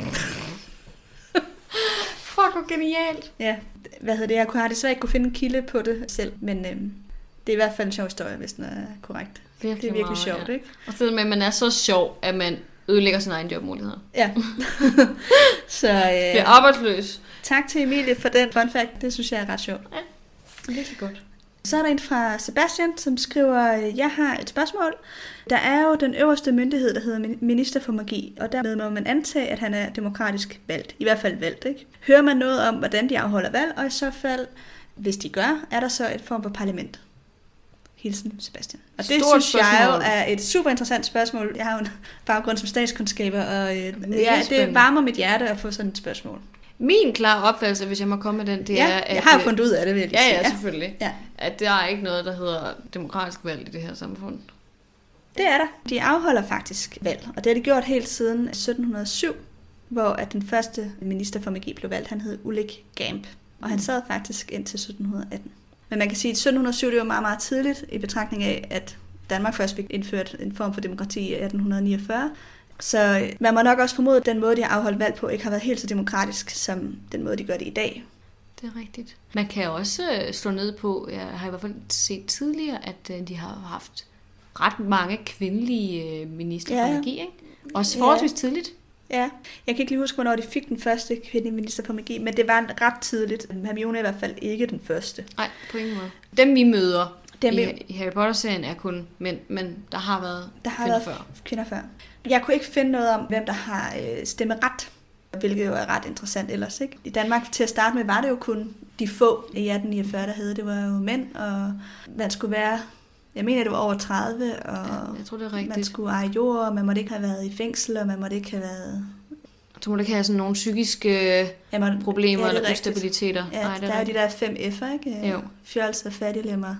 Fuck, hvor genialt. Ja, jeg har desværre ikke kunne finde en kilde på det selv, men det er i hvert fald en sjov historie, hvis den er korrekt. Virkelig det er virkelig meget, sjovt, ja. Ikke? Og så med, at man er så sjov, at man ødelægger sine egne jobmuligheder. Ja. Så bliver arbejdsløs. Tak til Emilie for den fun fact. Det synes jeg er ret sjovt. Ja, virkelig godt. Så er der en fra Sebastian, som skriver, jeg har et spørgsmål. Der er jo den øverste myndighed, der hedder Minister for Magi, og dermed må man antage, at han er demokratisk valgt. I hvert fald valgt, ikke? Hører man noget om, hvordan de afholder valg, og i så fald, hvis de gør, er der så et form for parlament? Hilsen, Sebastian. Og det Stort synes jeg jo er et super interessant spørgsmål. Jeg har jo en baggrund som statskundskaber, og det varmer mit hjerte at få sådan et spørgsmål. Min klare opfattelse, hvis jeg må komme med den, det er, at... jeg har jo fundet ud af det, vil jeg sige. Ja, selvfølgelig. Ja. At der er ikke noget, der hedder demokratisk valg i det her samfund. Det er der. De afholder faktisk valg, og det har de gjort helt siden 1707, hvor at den første minister for magi blev valgt. Han hed Ulrik Gamp, og han sad faktisk indtil 1718. Men man kan sige, at 1707 det var meget, meget tidligt i betragtning af, at Danmark først fik indført en form for demokrati i 1849. Så man må nok også formode, at den måde, de har afholdt valg på, ikke har været helt så demokratisk, som den måde, de gør det i dag. Det er rigtigt. Man kan også slå ned på, jeg har i hvert fald set tidligere, at de har haft ret mange kvindelige minister for magi, ikke? Også forholdsvis tidligt. Ja, jeg kan ikke lige huske, hvornår de fik den første kvindelige minister for magi, men det var ret tidligt. Hermione er i hvert fald ikke den første. Nej, på ingen måde. Dem vi møder i Harry Potter-serien er kun mænd, men der har været kvinder før. Jeg kunne ikke finde noget om, hvem der har stemmeret, hvilket jo er ret interessant ellers. Ikke? I Danmark til at starte med var det jo kun de få i 1849, der havde. Det var jo mænd, og man skulle være... Jeg mener, det var over 30, og jeg tror, det er rigtigt. Man skulle eje jord, og man måtte ikke have været i fængsel, og man måtte ikke have været... Du må ikke have sådan nogle psykiske problemer eller ustabiliteter. Ja, nej, der er de der 5 F'er, ikke? Jo. Fjols og fattiglemmer.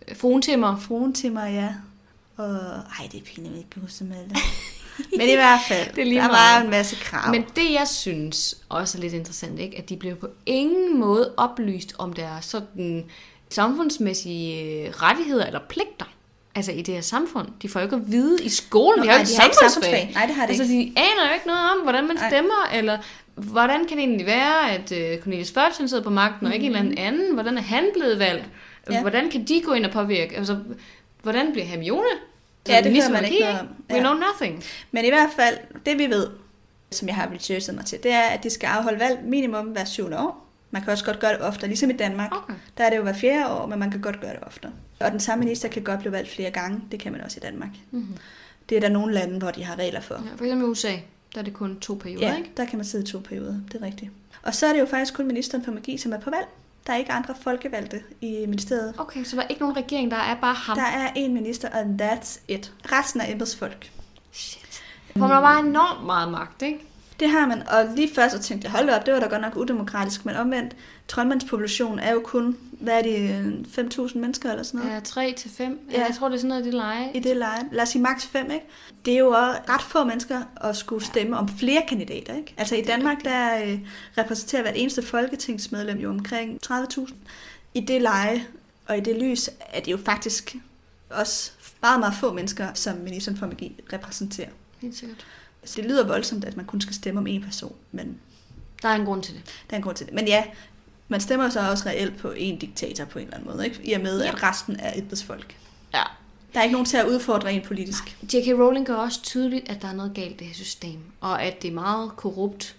Fruentimmer, ja. Og... Ej, det er pinligt, jeg ikke huske dem alle. Men i hvert fald, der var en masse krav. Men det, jeg synes også er lidt interessant, ikke? At de blev på ingen måde oplyst om deres sådan samfundsmæssige rettigheder eller pligter. Altså i det her samfund. De får jo ikke at vide i skolen. De har jo ikke samfundsfag. Nej, det har det ikke. Altså de aner jo ikke noget om, hvordan man stemmer, eller hvordan kan det egentlig være, at Cornelius Fudge sidder på magten, og ikke en eller anden. Hvordan er han blevet valgt? Ja. Hvordan kan de gå ind og påvirke? Altså, hvordan bliver Hermione? Ja, det hører man ikke noget om. Ja. We know nothing. Men i hvert fald, det vi ved, som jeg har researchet mig til, det er, at de skal afholde valg minimum hver 7. år. Man kan også godt gøre det oftere, ligesom i Danmark. Okay. Der er det jo hver 4. år, men man kan godt gøre det oftere. Og den samme minister kan godt blive valgt flere gange. Det kan man også i Danmark. Mm-hmm. Det er der nogle lande, hvor de har regler for. Ja, for eksempel i USA, der er det kun 2 perioder, ikke? Der kan man sidde 2 perioder. Det er rigtigt. Og så er det jo faktisk kun ministeren for magi, som er på valg. Der er ikke andre folkevalgte i ministeriet. Okay, så der er ikke nogen regering, der er bare ham? Der er en minister, og that's it. Resten er embedsfolk. Shit. For man har bare enormt meget magt, ikke? Det har man, og lige først så tænkte jeg, hold op, det var da godt nok udemokratisk, men omvendt, troldmandspopulationen er jo kun, hvad er det, 5.000 mennesker eller sådan noget? Ja, 3 til 5. Ja. Jeg tror, det er sådan noget i det leje. I det leje. Lad os sige maks 5, ikke? Det er jo også ret få mennesker at skulle stemme om flere kandidater, ikke? Altså i Danmark, der repræsenterer hvert eneste folketingsmedlem jo omkring 30.000. I det leje, og i det lys, er det jo faktisk også meget, meget få mennesker, som ministeren for magi repræsenterer. Helt sikkert. Så det lyder voldsomt, at man kun skal stemme om en person, men... Der er en grund til det. Der er en grund til det. Men ja, man stemmer jo så også reelt på en diktator på en eller anden måde, ikke? I og med, at resten er embedsfolk. Ja. Der er ikke nogen til at udfordre en politisk. J.K. Rowling gør også tydeligt, at der er noget galt i det her system, og at det er meget korrupt,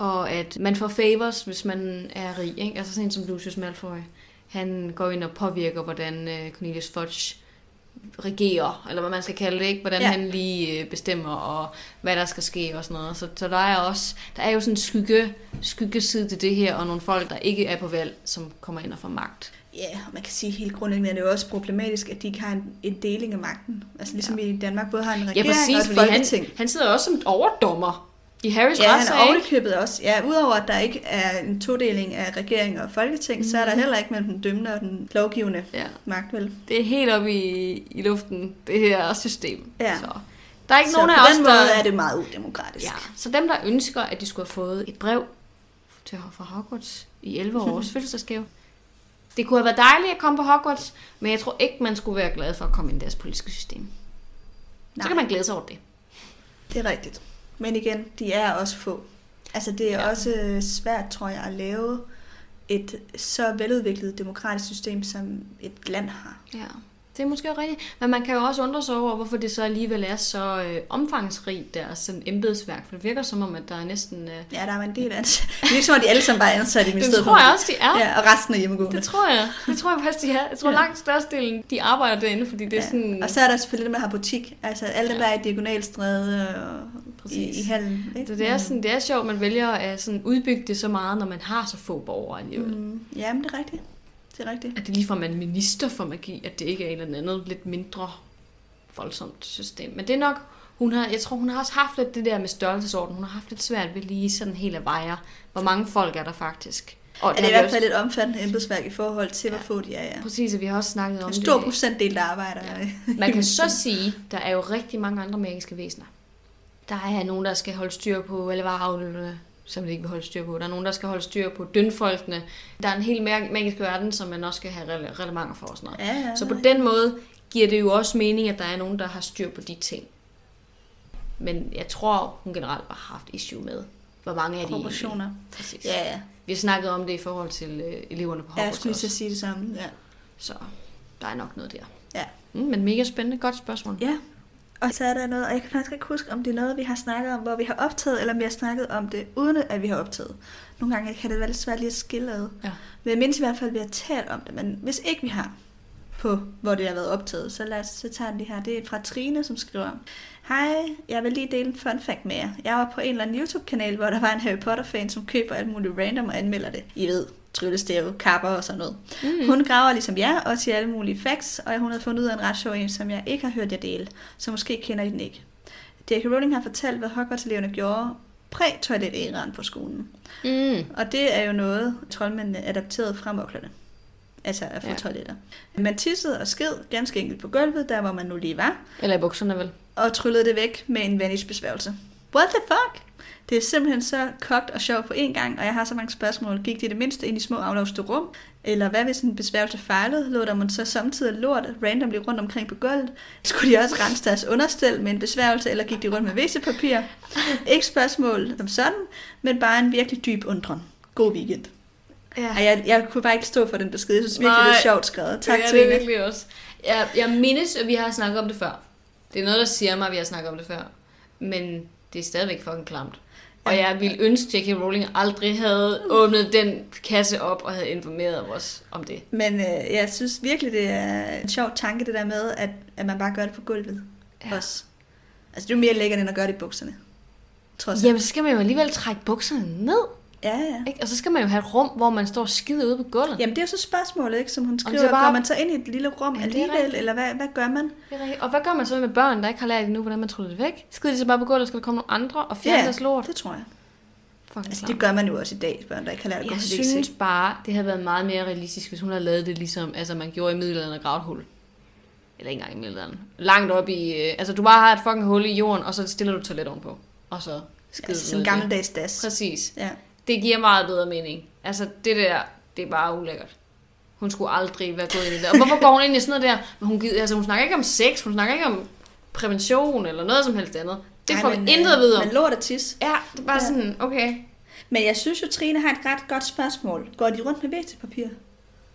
og at man får favors, hvis man er rig, ikke? Altså sådan en som Lucius Malfoy. Han går ind og påvirker, hvordan Cornelius Fudge regerer, eller hvad man skal kalde det, ikke? Hvordan han lige bestemmer, og hvad der skal ske og sådan noget. Så der er jo sådan en skyggeside til det her, og nogle folk, der ikke er på valg, som kommer ind og får magt. Ja, og man kan sige helt grundlæggende, at det er jo også problematisk, at de ikke har en deling af magten. Altså ligesom vi i Danmark både har en regering og et folketing. Han sidder også som overdommer i Harrys retssag. Ja, han er ovenikøbet også. Ja, udover at der ikke er en todeling af regering og folketing, så er der heller ikke mellem den dømmende og den lovgivende magt, vel? Det er helt oppe i luften, det her system. Ja. Så der er ikke nogen af os, på den måde er det meget udemokratisk. Ja, så dem, der ønsker, at de skulle have fået et brev fra Hogwarts i 11 års fødselsdagsgave. Det kunne have været dejligt at komme på Hogwarts, men jeg tror ikke, man skulle være glad for at komme ind i deres politiske system. Nej. Så kan man glæde sig over det. Det er rigtigt. Men igen, de er også få. Altså det er også svært, tror jeg, at lave et så veludviklet demokratisk system, som et land har. Ja, det er måske også rigtigt. Men man kan jo også undre sig over, hvorfor det så alligevel er så omfangsrigt, deres sådan embedsværk. For det virker som om, at der er næsten... Ja, der er en del af det. Det er ikke som om, de alle sammen bare er ansat i ministeriet. Det tror jeg også, de er. Ja, og resten er hjemmegående. Det tror jeg faktisk, de er. Jeg tror langt størstedelen, de arbejder derinde, fordi det er sådan... Og så er der selvfølgelig det med at have butik. Altså alle dem, der er i Diagonalstræde og i hallen. Ikke? Så det er, sådan, det er sjovt, man vælger at sådan udbygge det så meget, når man har så få borgere alligevel. Ja, men det er rigtigt. Det er rigtigt. At det ligefrem er en minister for magi, at det ikke er et eller andet lidt mindre voldsomt system. Men det er nok, jeg tror, hun har også haft lidt det der med størrelsesorden. Hun har haft lidt svært ved lige sådan helt at veje, hvor mange folk er der faktisk. Og det er i hvert fald et omfattende embedsværk i forhold til, hvor få de er. Ja. Præcis, og vi har også snakket om det. En stor procentdel, der arbejder. Ja. Man kan så sige, der er jo rigtig mange andre magiske væsener. Der er nogen, der skal holde styr på elvarhavlene, som vi ikke vil holde styr på. Der er nogen, der skal holde styr på dønfolkene. Der er en helt magisk verden, som man også skal have relevanter for. Og sådan noget. Ja, så på den måde giver det jo også mening, at der er nogen, der har styr på de ting. Men jeg tror, hun generelt har haft issue med, hvor mange af de proportioner. Præcis. Ja. Vi har snakket om det i forhold til eleverne på Hogwarts. Jeg skulle lige sige det samme. Ja. Så der er nok noget der. Ja. Men mega spændende. Godt spørgsmål. Ja. Og så er der noget, og jeg kan faktisk ikke huske, om det er noget, vi har snakket om, hvor vi har optaget, eller om vi har snakket om det, uden at vi har optaget. Nogle gange kan det være lidt svært lige at skille ad. Ja. Men jeg mindes i hvert fald, at vi har talt om det, men hvis ikke vi har på, hvor det har været optaget, så tager det her. Det er fra Trine, som skriver: Hej, jeg vil lige dele en fun fact med jer. Jeg var på en eller anden YouTube-kanal, hvor der var en Harry Potter-fan, som køber alt muligt random og anmelder det. I ved, tryllestave, kapper og sådan noget. Hun graver ligesom jer, også i alle mulige facts, og hun havde fundet ud af en ret sjov en, som jeg ikke har hørt jer dele, så måske kender I den ikke. J.K. Rowling har fortalt, hvad Hogwarts-eleverne gjorde præ-toilet-æraen på skolen. Og det er jo noget, troldmændene adapterede fra moklerne. Altså at få toiletter. Man tissede og sked ganske enkelt på gulvet, der hvor man nu lige var. Eller i bukserne vel. Og tryllede det væk med en vanish-besværgelse. What the fuck? Det er simpelthen så kogt og sjovt på én gang, og jeg har så mange spørgsmål. Gik de det mindste ind i små aflåste rum? Eller hvad hvis en besværgelse fejlede? Lå der man så samtidig lort randomly rundt omkring på gulvet? Skulle de også rense deres understel med en besværgelse, eller gik de rundt med WC-papir? Ikke spørgsmål som sådan, men bare en virkelig dyb undren. God weekend. Ja. Jeg kunne bare ikke stå for den besked. Jeg synes virkelig, det er sjovt skrevet. Tak til det. Det er virkelig også. Jeg mindes, at vi har snakket om det før. Det er noget, der siger mig, at vi har snakket om det før. Men det er stadigvæk fucking klamt. Og jeg ville ønske, at J.K. Rowling aldrig havde åbnet den kasse op og havde informeret os om det. Men jeg synes virkelig, det er en sjov tanke, det der med, at man bare gør det på gulvet også. Altså, det er jo mere lækkert, end at gøre det i bukserne. Jamen, så skal man jo alligevel trække bukserne ned. Ja. Ikke? Og så skal man jo have et rum, hvor man står skidt ude på gulvet. Jamen, det er jo så spørgsmålet, ikke, som hun skriver. Går man så ind i et lille rum alligevel, eller hvad gør man? Og hvad gør man så med børn, der ikke har lært endnu, hvordan man tryller det væk? Skider de så bare på gulvet, og skal der komme nogle andre og fjerne deres lort? Det tror jeg. Altså, det gør man jo også i dag, børn, der ikke har lært at gå. Jeg synes bare, det havde været meget mere realistisk, hvis hun havde lavet det ligesom, altså man gjorde i middelalderen og gravet et hul. Eller ikke engang i middelalderen. Langt op i, altså du bare har et fucking hul i jorden, og så stiller du toilet ovenpå. Og så skider som en gammeldags das. Præcis. Ja. Det giver meget bedre mening. Altså det der, det er bare ulækkert. Hun skulle aldrig være gået ind i det. Og hvorfor går hun ind i sådan noget der? Men hun snakker ikke om sex, hun snakker ikke om prævention eller noget som helst andet. Det får vi intet at vide om. Men lort og tis. Ja, det er bare sådan, okay. Men jeg synes jo, Trine har et ret godt spørgsmål. Går de rundt med WC-papir?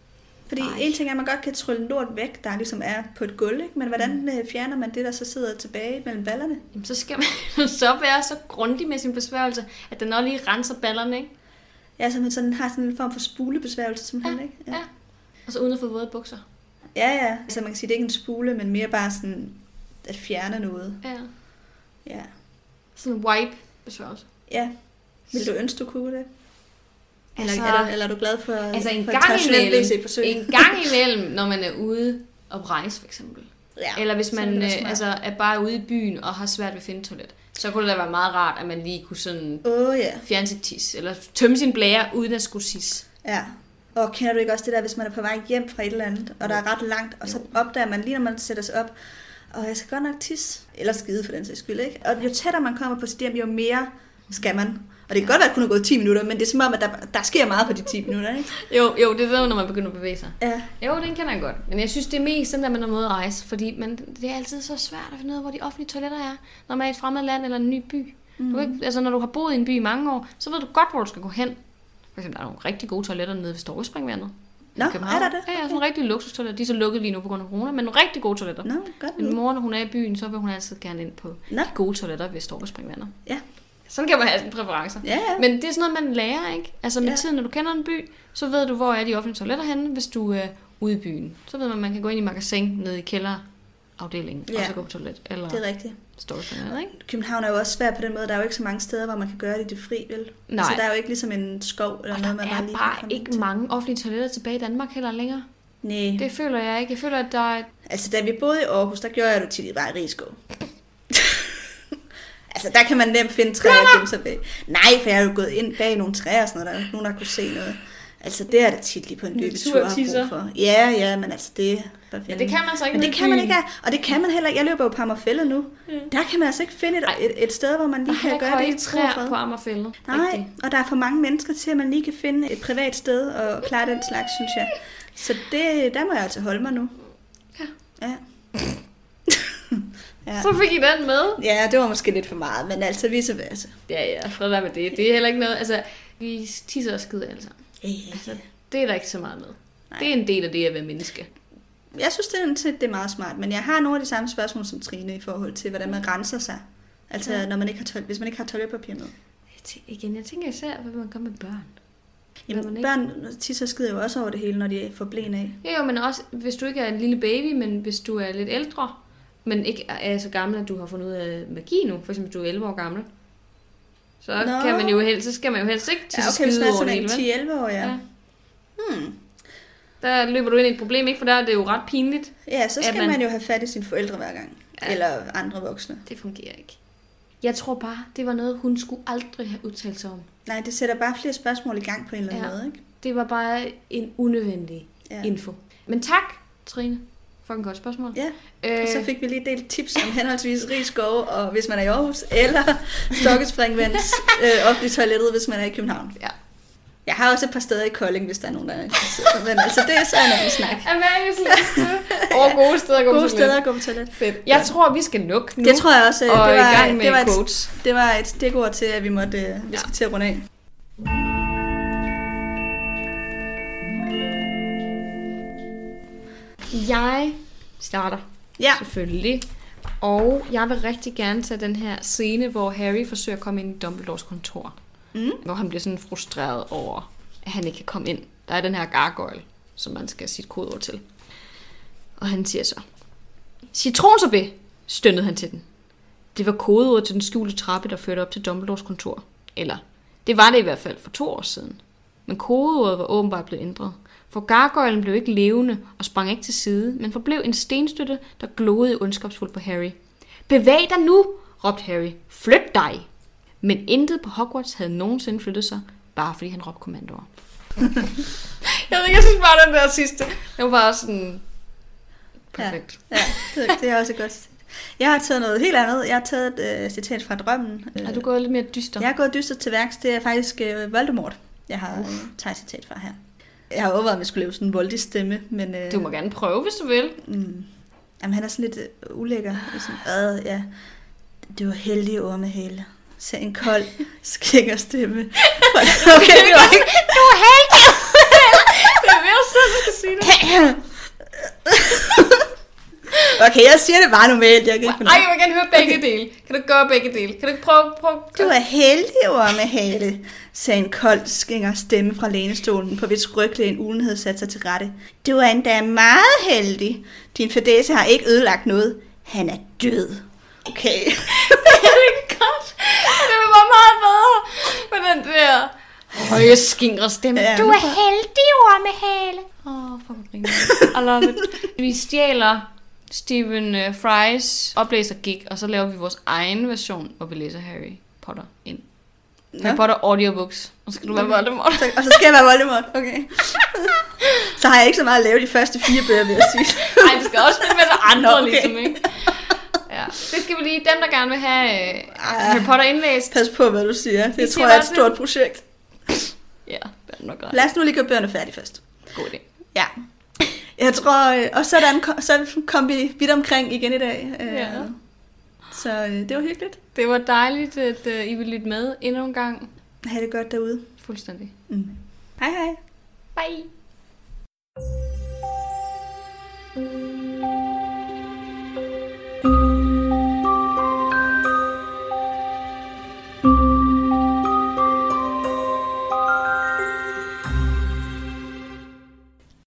Fordi en ting er, at man godt kan trylle lort væk, der ligesom er på et gulv, ikke? Men hvordan fjerner man det, der så sidder tilbage mellem ballerne? Jamen, så skal man så være så grundig med sin besværgelse, at den også lige renser ballerne, ikke? Ja, så man sådan har sådan en form for spulebesværgelse, simpelthen, ikke? Ja. Og så uden at få våde bukser. Ja. Så man kan sige, det er ikke en spule, men mere bare sådan at fjerne noget. Ja. Sådan en wipe-besværgelse. Ja. Vil du ønske, du kunne det? Altså, eller er du glad for, altså for et traditionelt WC-forsøg? En gang imellem, når man er ude og rejse, for eksempel. Ja, eller hvis man er bare ude i byen og har svært ved at finde toilet. Så kunne det da være meget rart, at man lige kunne sådan fjerne sit tis. Eller tømme sin blære, uden at skulle sis. Ja. Og kender du ikke også det der, hvis man er på vej hjem fra et eller andet, og der er ret langt, og så opdager man lige, når man sætter sig op, og jeg skal godt nok tisse, eller skide for den sags skyld, ikke? Og jo tættere man kommer på sit hjem, jo mere skal man. Og det kan godt være, at det kun er gået 10 minutter, men det er som om, at der sker meget på de 10 minutter, ikke? Jo, det er det, når man begynder at bevæge sig. Ja. Jo, den kender jeg godt. Men jeg synes, det er mest sådan, at man er måde at rejse, fordi det er altid så svært at finde ud af, hvor de offentlige toiletter er, når man er i et fremmed land eller en ny by. Du ikke, altså, når du har boet i en by i mange år, så ved du godt, hvor du skal gå hen. For eksempel, der er nogle rigtig gode toiletter nede ved Storkespringvandet. Nå, er der det? Ja, sådan nogle rigtig luksustoiletter. De er så lukket lige nu på grund af corona, men nogle rigtig gode toiletter. Nå, godt. Min mor, når hun er i byen, så vil hun altid gerne ind på de gode toiletter ved Storkespringvandet. Ja. Sådan kan man have sine præferencer. Ja. Men det er sådan noget, man lærer, ikke? Altså med tiden, når du kender en by, så ved du, hvor er de offentlige toiletter henne, hvis du er ude i byen. Så ved man kan gå ind i magasin nede i kælderafdelingen, og så gå på toilet. Eller det er rigtigt. Storkespringvandet, ikke? København er jo også svært på den måde. Der er jo ikke så mange steder, hvor man kan gøre det i det fri, vel? Nej. Altså, der er jo ikke ligesom en skov eller noget, man bare lige kan komme til. Der er bare ikke mange offentlige toiletter tilbage i Danmark heller længere. Nej. Det føler jeg ikke. Jeg føler, at der er... Altså, da vi boede i Aarhus, der gjorde jeg det tit bare i Rigskov. Altså, der kan man nemt finde træer og gemme sig bag. Nej, for jeg har jo gået ind bag nogle træer og sådan noget. Der er ikke nogen, der kunne se noget. Altså, det er da tit lige på en løbetur, har brug for. Ja, men altså, det... Ja, det kan man så ikke. Men det kan man ikke, og det kan man heller ikke. Jeg løber jo på Amagerfælled nu. Der kan man altså ikke finde et sted, hvor man lige kan gøre det. Der er træer på Amagerfælled. Nej, og der er for mange mennesker til, at man lige kan finde et privat sted og klare den slags, synes jeg. Så der må jeg altså holde mig nu. Ja. Ja. Så fik I den med. Ja, det var måske lidt for meget, men altså vice versa. Ja, fred være med det. Det er heller ikke noget, altså, vi tisser og skider alle sammen. Altså, det er der ikke så meget med. Nej. Det er en del af det at være menneske. Jeg synes, det er meget smart, men jeg har nogle af de samme spørgsmål som Trine i forhold til, hvordan man renser sig. Altså, når man ikke har hvis man ikke har toiletpapir med. Jeg tænker især, hvad man gør med børn. Jamen, børn tisser og skider jo også over det hele, når de får blæn af. Jo, men også, hvis du ikke er en lille baby, men hvis du er lidt ældre, men ikke er så gammel, at du har fundet ud af magi nu, for eksempel, hvis du er 11 år gammel, så skal man jo helst ikke tisse skide over det hele. Okay, hvis man er 10-11 år, ja. Der løber du ind i et problem, ikke? For der er det jo ret pinligt. Ja, så skal man jo have fat i sine forældre hver gang. Ja. Eller andre voksne. Det fungerer ikke. Jeg tror bare, det var noget, hun skulle aldrig have udtalt sig om. Nej, det sætter bare flere spørgsmål i gang på en eller anden måde, ikke? Det var bare en unødvendig info. Men tak, Trine, for en godt spørgsmål. Ja, og så fik vi lige delt tips om henholdsvis Rigskov, og hvis man er i Aarhus, eller Storkespringvands offentlige toilettet, hvis man er i København. Ja. Jeg har også et par steder i Kolding, hvis der er nogen, der er interesseret. Men altså, det er så en anden snak. Gode steder at gå på toilet. Fedt. Jeg tror, vi skal lukke nu. Det tror jeg også. Og i gang med quotes. Det var et stikord til, at vi skal til at runde af. Jeg starter. Ja. Selvfølgelig. Og jeg vil rigtig gerne tage den her scene, hvor Harry forsøger at komme ind i Dumbledores kontor. Hvor han bliver sådan frustreret over, at han ikke kan komme ind. Der er den her gargoyle, som man skal sige et kodeord til. Og han siger så: "Citronsuppe", stønnede han til den. Det var kodeord til den skjulte trappe, der førte op til Dumbledores kontor. Eller, det var det i hvert fald for 2 år siden. Men kodeordet var åbenbart blevet ændret. For gargoylen blev ikke levende og sprang ikke til side, men forblev en stenstøtte, der glodede ondskabsfuldt på Harry. "Bevæg dig nu!" råbte Harry. "Flyt dig!" Men intet på Hogwarts havde nogensinde flyttet sig, bare fordi han råbte kommandoer. Jeg synes bare, den der sidste, det var bare sådan perfekt. Ja, det er også godt. Jeg har taget noget helt andet. Jeg har taget et citat fra Drømmen. Er du gået lidt mere dyster? Jeg har gået dyster til værks. Det er faktisk Voldemort, jeg har taget et citat fra her. Jeg har overvejet, om jeg skulle lave sådan en voldig stemme. Men, du må gerne prøve, hvis du vil. Jamen, han er sådan lidt ulækker. Sådan, ja. Det var heldige ormehale. Så en kold, skænger stemme. Okay, du er heldig. Det er mere sådan, du skal sige det. Okay, jeg siger det bare normalt. Jeg kan ikke jeg vil gerne høre begge dele. Kan du gøre begge dele? Kan du ikke prøve? Du er heldig, Ormehale, sagde en kold skinger stemme fra lænestolen, på hvis ryglægen ulen havde sat sig til rette. Du er endda meget heldig. Din fadæse har ikke ødelagt noget. Han er død. Okay. Det er godt. Det var meget bedre med den der høje skingre stemme. Ja. Du er heldig, Ormehale. Fuck, I love it. Vi stjæler Stephen Frys oplæser-gig, og så laver vi vores egen version, hvor vi læser Harry Potter ind. Harry Potter audiobooks. Og så skal du være Voldemort. Og så skal jeg være Voldemort, okay. Så har jeg ikke så meget at lave de første 4 bøger, vil jeg sige. Nej, det skal også spille med de andre, okay. ligesom, ikke? Ja. Det skal vi lige, dem der gerne vil have Harry Potter indlæst. Pas på, hvad du siger. Det tror jeg er et stort projekt. Ja, det er nok ret. Lad os nu lige gøre bøgerne færdige først. God idé. Ja. Jeg tror, og så kom vi vidt omkring igen i dag. Ja. Så det var hyggeligt. Det var dejligt, at I ville lytte med endnu en gang. Ha' det godt derude. Fuldstændig. Hej hej. Bye.